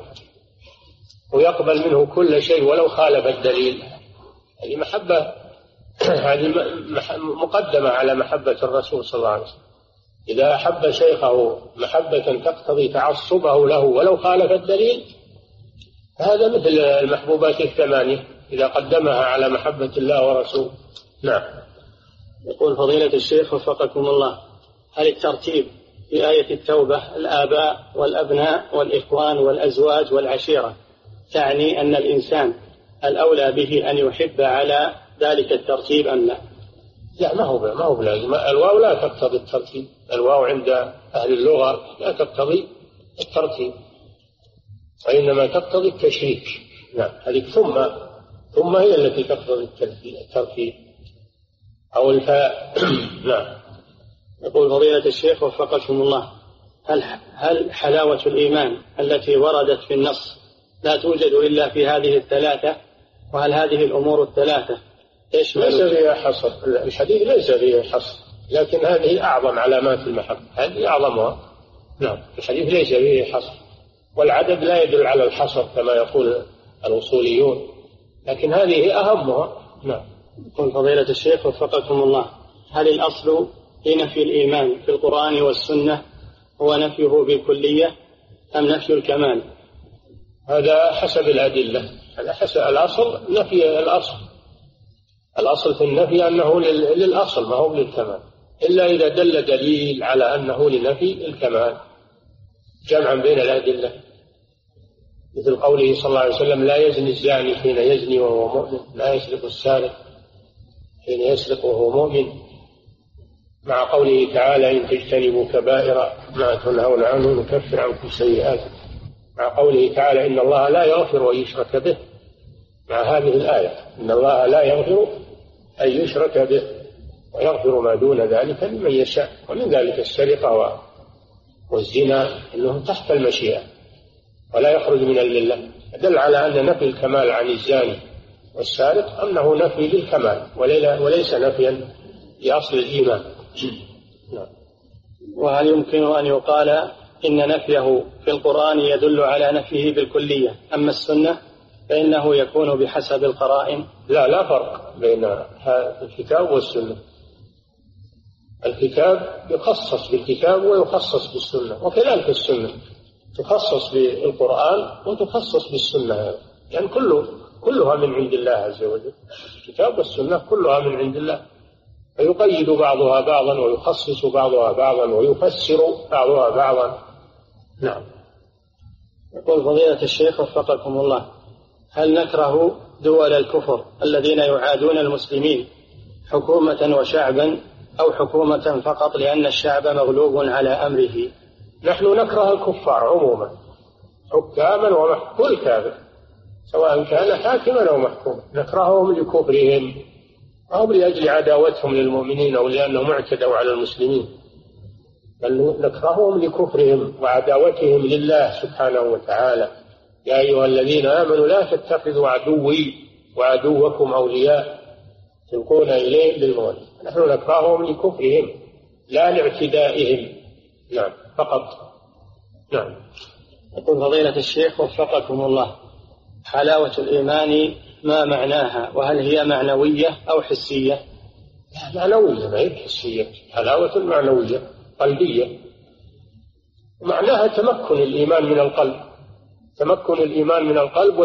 ويقبل منه كل شيء ولو خالف الدليل. هذه محبة هذه مقدمة على محبة الرسول صلى الله عليه وسلم. إذا أحب شيخه محبة تقتضي تعصبه له ولو خالف الدليل هذا مثل المحبوبات 8 إذا قدمها على محبة الله ورسوله. نعم. يقول فضيلة الشيخ وفقكم الله، هل الترتيب في آية التوبة الآباء والأبناء والإخوان والأزواج والعشيرة تعني أن الإنسان الأولى به أن يحب على ذلك الترتيب أم لا؟ لا، ما هو بلازم. الواو لا تقتضي الترتيب. الواو عند أهل اللغة لا تقتضي الترتيب وإنما تقتضي التشريك. نعم. هذه ثم هي التي تقتضي الترتيب أو الفاء. نعم. يقول فضيلة الشيخ وفقكم الله، هل حلاوة الإيمان التي وردت في النص لا توجد إلا في هذه الثلاثة؟ وهل هذه الأمور الثلاثة ليس فيها حصر؟ الحديث ليس فيه حصر، لكن هذه أعظم علامات المحبة، هذه أعظمها. نعم. الحديث ليس فيه حصر، والعدد لا يدل على الحصر كما يقول الأصوليون، لكن هذه أهمها. نعم. يقول فضيلة الشيخ وفقكم الله، هل الأصل في نفي الإيمان في القرآن والسنة هو نفيه بالكلية أم نفي الكمال؟ هذا حسب الأدلة. هذا حسب الأصل، نفي الأصل في النفي أنه للأصل ما هو للكمال، إلا إذا دل دليل على أنه لنفي الكمال جمعا بين الأدلة، مثل قوله صلى الله عليه وسلم: لا يزني الزاني حين يزني وهو مؤمن، لا يسرق السارق حين يسرق وهو مؤمن، مع قوله تعالى: إن تجتنبوا كبائر ما تنهون عنه نكفر عنكم سيئاتكم، مع قوله تعالى: إن الله لا يغفر أن يشرك به، مع هذه الآية: إن الله لا يغفر أن يشرك به ويغفر ما دون ذلك لمن يشاء. ومن ذلك السرقة والزنا أنه تحت المشيئة ولا يخرج من الملة، دل على أن نفي الكمال عن الزاني والسارق أنه نفي للكمال وليس نفيا لأصل الإيمان. وهل يمكن أن يقال إن نفيه في القرآن يدل على نفيه بالكلية، أما السنة فإنه يكون بحسب القرائن؟ لا فرق بين الكتاب والسنة. الكتاب يخصص بالكتاب ويخصص بالسنة، وكذلك السنة تخصص بالقرآن وتخصص بالسنة، يعني كلها من عند الله عز وجل. الكتاب والسنة كلها من عند الله، فيقيد بعضها بعضا ويخصص بعضها بعضا ويفسر بعضها بعضا. نعم. يقول فضيلة الشيخ وفقكم الله، هل نكره دول الكفر الذين يعادون المسلمين حكومة وشعبا أو حكومة فقط لأن الشعب مغلوب على أمره؟ نحن نكره الكفار عموما، حكاما ومحكول كافر، سواء كان حاكما أو محكوما، نكرههم لكفرهم أو لأجل عداوتهم للمؤمنين أو لأنهم اعتدوا على المسلمين، بل نكرههم لكفرهم وعداوتهم لله سبحانه وتعالى. يا أيها الذين آمنوا لا تتخذوا عدوي وعدوكم أولياء تلقون إليهم بالمودة. نحن نكرههم لكفرهم لا لاعتدائهم. نعم فقط. نعم. يقول فضيلة الشيخ وفقكم الله، حلاوة الإيمان ما معناها، وهل هي معنوية أو حسية؟ معنوية، ما هي حسية. حلاوة معنوية قلبية، معناها تمكن الإيمان من القلب، تمكن الإيمان من القلب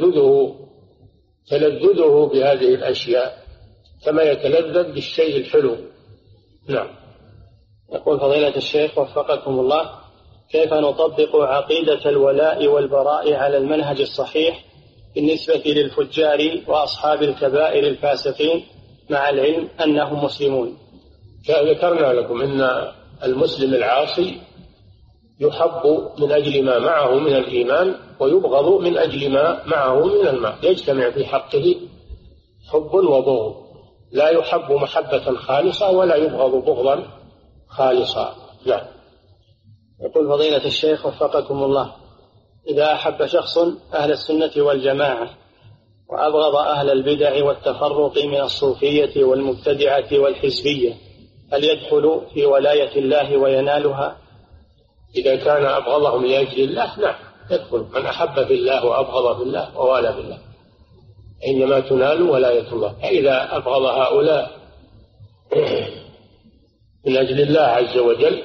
وتلذذه بهذه الأشياء كما يتلذذ بالشيء الحلو. نعم. يقول فضيلة الشيخ وفقكم الله، كيف نطبق عقيدة الولاء والبراء على المنهج الصحيح بالنسبة للفجار وأصحاب الكبائر الفاسقين مع العلم أنهم مسلمون؟ ذكرنا لكم أن المسلم العاصي يحب من أجل ما معه من الإيمان ويبغض من أجل ما معه من المال، يجتمع في حقه حب وبغض، لا يحب محبة خالصة ولا يبغض بغضا خالصا. نعم. يقول فضيلة الشيخ وفقكم الله: إذا أحب شخص أهل السنة والجماعة وأبغض أهل البدع والتفرق من الصوفية والمبتدعة والحزبية، هل يدخل في ولاية الله وينالها؟ إذا كان أبغضهم لأجل الله نعم يدخل. من أحب في الله وأبغض في الله ووالى بالله إنما تنال ولاية الله. إذا أبغض هؤلاء من أجل الله عز وجل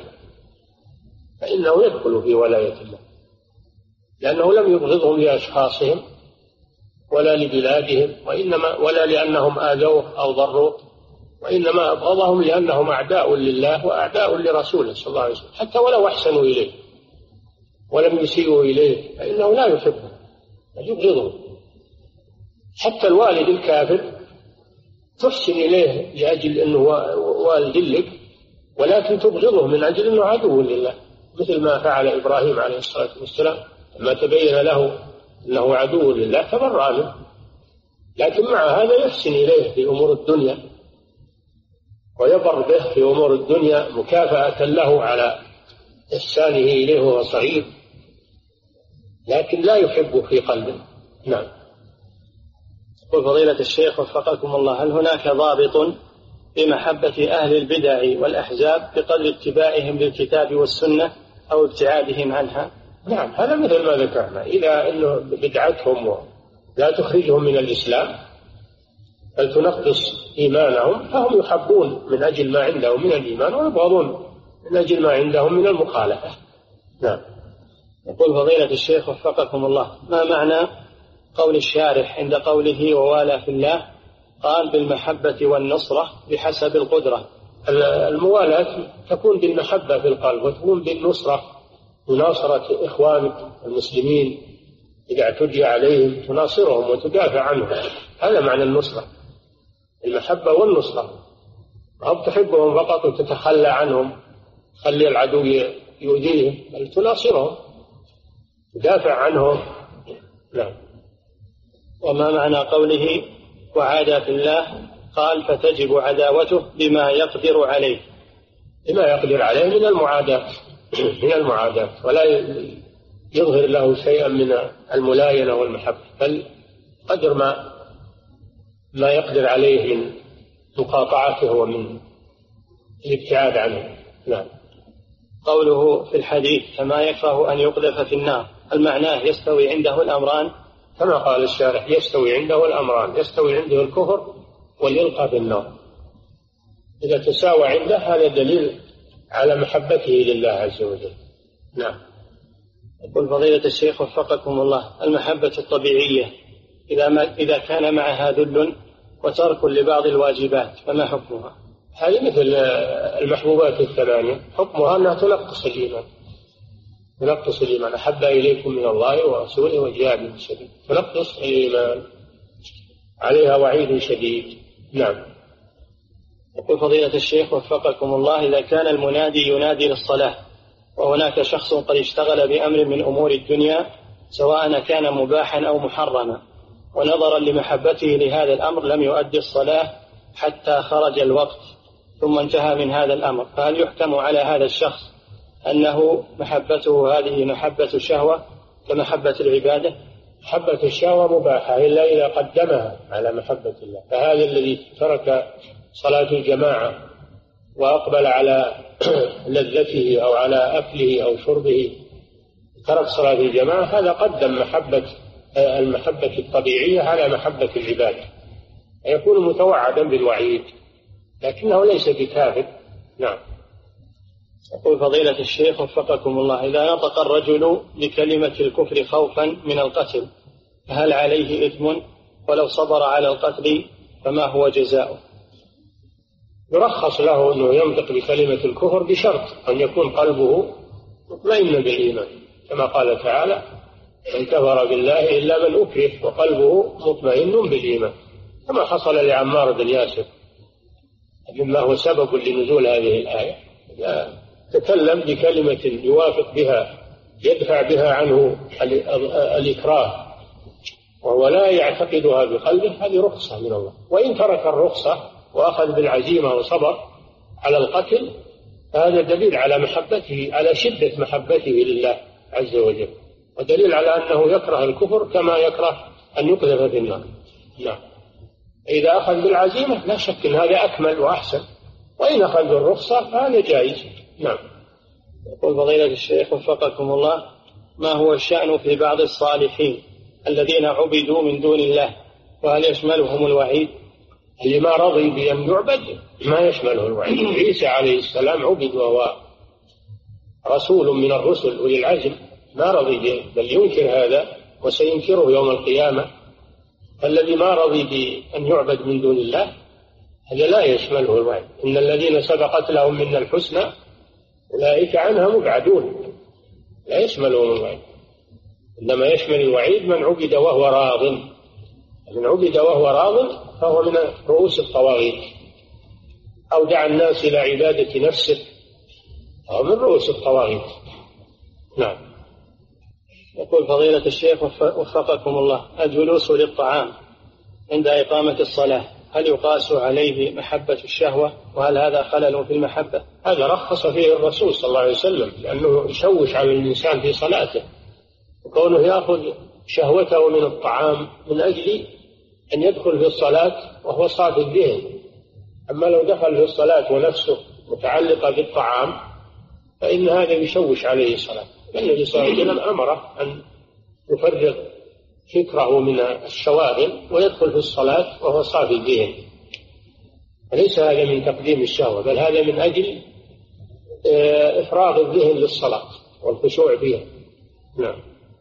فإنه يدخل في ولاية الله، لأنه لم يبغضهم لأشخاصهم ولا لبلادهم ولا لأنهم آذوه أو ضروه، وإنما أبغضهم لأنهم أعداء لله وأعداء لرسوله صلى الله عليه وسلم، حتى ولو أحسنوا إليه ولم يسيئوا إليه فإنه لا يحبهم بل يبغضهم. حتى الوالد الكافر تحسن إليه لأجل أنه والد لك، ولكن تبغضه من أجل أنه عدو لله، مثل ما فعل إبراهيم عليه الصلاة والسلام لما تبين له أنه عدو لله تبرأ منه، لكن مع هذا يحسن إليه في أمور الدنيا ويبر به في أمور الدنيا مكافأة له على إحسانه إليه وهو صغير، لكن لا يحبه في قلبه. نعم. يقول فضيلة الشيخ وفقكم الله: هل هناك ضابط بمحبة أهل البدع والأحزاب بقدر اتباعهم للكتاب والسنة أو ابتعادهم عنها؟ نعم، هذا مثل ما ذكرنا. إذا أنه بدعتهم لا تخرجهم من الإسلام بل تنقص إيمانهم فهم يحبون من أجل ما عندهم من الإيمان ويبغضون من أجل ما عندهم من المخالفة. نعم. يقول فضيلة الشيخ وفقكم الله: ما معنى قول الشارح عند قوله ووالى في الله قال بالمحبة والنصرة بحسب القدرة؟ الموالاة تكون بالمحبة في القلب وتكون بالنصرة، مناصرة إخوانك المسلمين إذا اعتدي عليهم تناصرهم وتدافع عنهم، هذا معنى النصرة، المحبة والنصرة. ما تحبهم فقط وتتخلى عنهم خلي العدو يؤذيهم، بل تناصرهم تدافع عنهم. نعم. وما معنى قوله وعادى في الله قال فتجب عداوته بما يقدر عليه؟ بما يقدر عليه من المعاداة ولا يظهر له شيئا من الملاينة والمحبة، بل قدر ما يقدر عليه من مقاطعته ومن الابتعاد عنه. نعم. قوله في الحديث فما يكره أن يقذف في النار، المعنى يستوي عنده الأمران كما قال الشارح، يستوي عنده الأمران، يستوي عنده الكفر والإلقاء في النار. إذا تساوى عنده هذا دليل على محبته لله عز وجل. نعم. يقول فضيلة الشيخ وفقكم الله: المحبة الطبيعية إذا كان معها ذل وترك لبعض الواجبات فما حكمها؟ هذه مثل المحبوبات الثمانية، حكمها أنها تنقص الإيمان. أحب إليكم من الله ورسوله وجهاد شديد، تنقص الإيمان، عليها وعيد شديد. نعم. يقول فضيلة الشيخ وفقكم الله: إذا كان المنادي ينادي للصلاة وهناك شخص قد اشتغل بأمر من أمور الدنيا سواء كان مباحا أو محرما، ونظرا لمحبته لهذا الأمر لم يؤدي الصلاة حتى خرج الوقت ثم انتهى من هذا الأمر، فهل يحكم على هذا الشخص أنه محبته هذه محبة شهوة كمحبة العبادة؟ محبة الشهوة مباحة إلا إذا قدمها على محبة الله، فهذا الذي ترك صلاة الجماعة وأقبل على لذته أو على أكله أو شربه ترك صلاة الجماعة، هذا قدم المحبة الطبيعية على محبة العبادة، يكون متوعدا بالوعيد لكنه ليس بكافر. نعم. يقول فضيلة الشيخ وفقكم الله: إذا نطق الرجل بكلمة الكفر خوفا من القتل فهل عليه إثم؟ ولو صبر على القتل فما هو جزاؤه؟ يرخص له أنه ينطق بكلمة الكفر بشرط أن يكون قلبه مطمئن بالإيمان، كما قال تعالى: من كفر بالله إلا من أكره وقلبه مطمئن بالإيمان، كما حصل لعمار بن ياسر مما هو سبب لنزول هذه الآية. تكلم بكلمة يوافق بها يدفع بها عنه الإكراه وهو لا يعتقدها بقلبه، هذه رخصة من الله. وإن ترك الرخصة وأخذ بالعزيمة وصبر على القتل فهذا دليل على محبته، على شدة محبته لله عز وجل، ودليل على أنه يكره الكفر كما يكره أن يقذف في النار. نعم. إذا أخذ بالعزيمة لا شك أن هذا أكمل وأحسن، وإن أخذ بالرخصة فهذا جائز. نعم. يقول فضيلة الشيخ وفقكم الله: ما هو الشأن في بعض الصالحين الذين عبدوا من دون الله، وهل يشملهم الوعيد؟ اللي ما رضي بأن يعبد ما يشمله الوعيد. عيسى عليه السلام عبد وهو رسول من الرسل أولي العزم، ما رضي به، بل ينكر هذا وسينكره يوم القيامة. الذي ما رضي بأن يعبد من دون الله هذا لا يشمله الوعيد. إن الذين سبقت لهم من الحسنى أولئك عنها مبعدون، لا يشملهم الوعيد. إنما يشمل الوعيد من عبد وهو راض. من عبد وهو راض فهو من رؤوس الطواغيت، أو دعا الناس إلى عبادة نفسه أو من رؤوس الطواغيت. نعم. يقول فضيلة الشيخ وفقكم الله: الجلوس للطعام عند إقامة الصلاة هل يقاس عليه محبة الشهوة، وهل هذا خلل في المحبة؟ هذا رخص فيه الرسول صلى الله عليه وسلم، لأنه يشوش على الإنسان في صلاته، وكونه يأخذ شهوته من الطعام من أجل أن يدخل في الصلاة وهو صافي الذهن. أما لو دخل في الصلاة ونفسه متعلقة بالطعام فإن هذا يشوش عليه الصلاة. النبي صلى الله عليه وسلم أمره أن يفرغ فكره من الشواغل ويدخل في الصلاة وهو صافي الذهن. وليس هذا من تقديم الشهوة، بل هذا من أجل إفراغ الذهن للصلاة والخشوع فيها. نعم.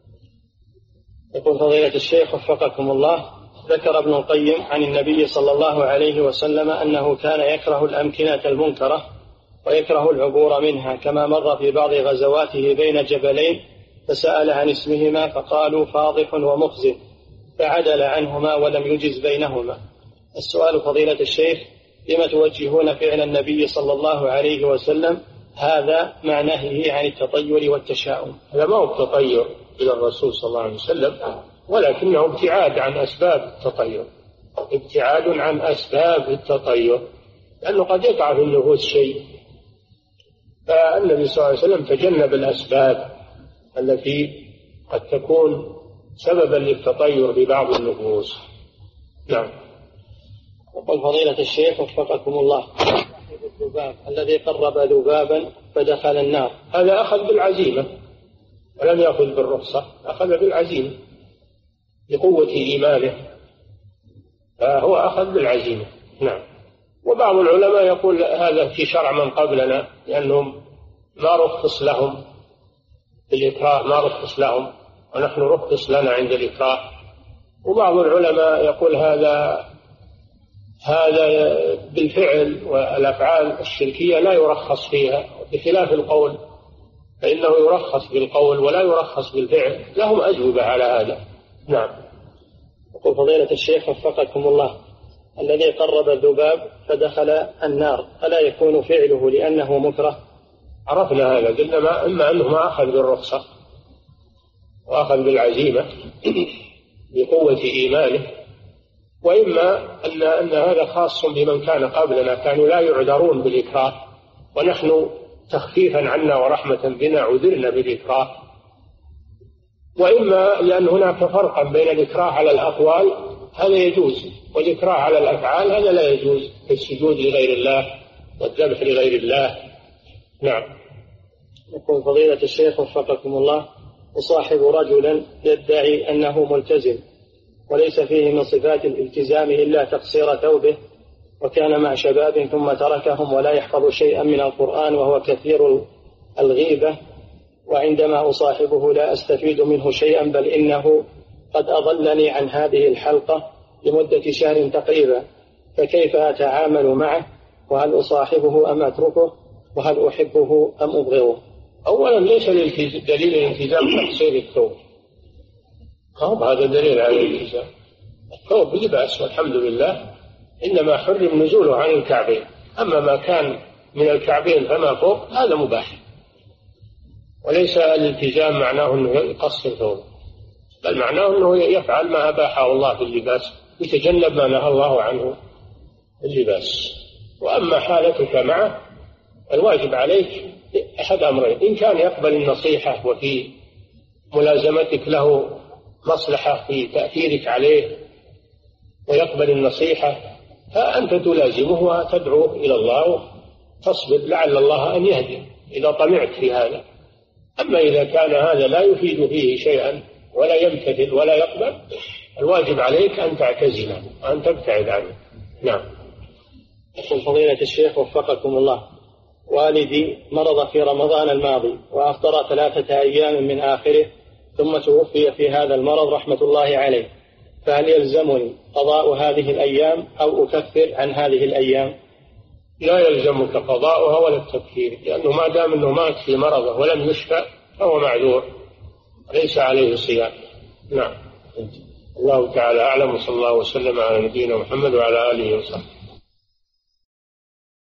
يقول فضيلة الشيخ وفقكم الله: ذكر ابن القيم عن النبي صلى الله عليه وسلم أنه كان يكره الأمكنة المنكرة ويكره العبور منها، كما مر في بعض غزواته بين جبلين فسأل عن اسمهما فقالوا فاضح ومخزن، فعدل عنهما ولم يجز بينهما. السؤال فضيلة الشيخ: لما توجهون فعل النبي صلى الله عليه وسلم هذا مع نهيه عن التطير والتشاؤم؟ هذا ما هو التطير إلى الرسول صلى الله عليه وسلم، ولكنه ابتعاد عن أسباب التطير، ابتعاد عن أسباب التطير، لأنه قد يقع في النفوس شيء، فالنبي صلى الله عليه وسلم تجنب الأسباب التي قد تكون سببا للتطير ببعض النفوس. نعم. يقول فضيلة الشيخ وفقكم الله: الذباب الذي قرب ذبابا فدخل النار، هذا أخذ بالعزيمة ولم يأخذ بالرخصة، أخذ بالعزيمة لقوة إيمانه، فهو أخذ بالعزيمة. نعم. وبعض العلماء يقول هذا في شرع من قبلنا، لأنهم ما رخص لهم بالإكراه، ما رخص لهم، ونحن رخص لنا عند الإكراه. وبعض العلماء يقول هذا بالفعل، والأفعال الشركية لا يرخص فيها، بخلاف القول فإنه يرخص بالقول ولا يرخص بالفعل. لهم أجوبة على هذا. نعم. يقول فضيلة الشيخ وفقكم الله: الذي قرب الذباب فدخل النار ألا يكون فعله لأنه مكره؟ عرفنا هذا، قلنا إما أنه ما أخذ بالرخصة وأخذ بالعزيمة بقوة إيمانه، وإما أن هذا خاص بمن كان قبلنا، كانوا لا يعذرون بالإكراه، ونحن تخفيفا عنا ورحمة بنا عذرنا بالإكراه. وإما لأن هناك فرقا بين الإكراه على الأقوال هذا يجوز، والإكراه على الأفعال هذا لا يجوز، السجود لغير الله والذبح لغير الله. نعم. يقول فضيلة الشيخ وفقكم الله: أصاحب رجلا يدعي أنه ملتزم وليس فيه من صفات الالتزام إلا تقصير ثوبه، وكان مع شباب ثم تركهم ولا يحفظ شيئا من القرآن وهو كثير الغيبة، وعندما أصاحبه لا أستفيد منه شيئا، بل إنه قد أضلني عن هذه الحلقة لمدة شهر تقريبا، فكيف أتعامل معه؟ وهل أصاحبه أم أتركه؟ وهل أحبه أم أبغضه؟ أولا ليس دليل الالتزام تقصير الثوب، هذا دليل على الالتزام. الثوب لباس والحمد لله، إنما حرم نزوله عن الكعبين، أما ما كان من الكعبين فما فوق هذا مباح، وليس الالتزام معناه أنه يقصر ثوبه، بل معناه أنه يفعل ما أباحه الله في اللباس، يتجنب ما نهى الله عنه اللباس. وأما حالتك معه الواجب عليك أحد أمرين: إن كان يقبل النصيحة وفي ملازمتك له مصلحة في تأثيرك عليه ويقبل النصيحة فأنت تلازمه وتدعوه إلى الله وتصبر لعل الله أن يهدي إذا طمعت في هذا. أما إذا كان هذا لا يفيد فيه شيئا ولا يمتثل ولا يقبل، الواجب عليك أن تعتزله وأن تبتعد عنه. نعم. يقول فضيلة الشيخ وفقكم الله: والدي مرض في رمضان الماضي وأفطر 3 أيام من آخره، ثم توفي في هذا المرض رحمة الله عليه، فهل يلزمني قضاء هذه الأيام أو أكفر عن هذه الأيام؟ لا يلزمك قضاؤها ولا التكفير، لأنه ما دام أنه مات في مرضه ولم يشفى فهو معذور ليس عليه صيام. نعم. الله تعالى أعلم، وصلى الله وسلم على نبينا محمد وعلى آله وصحبه.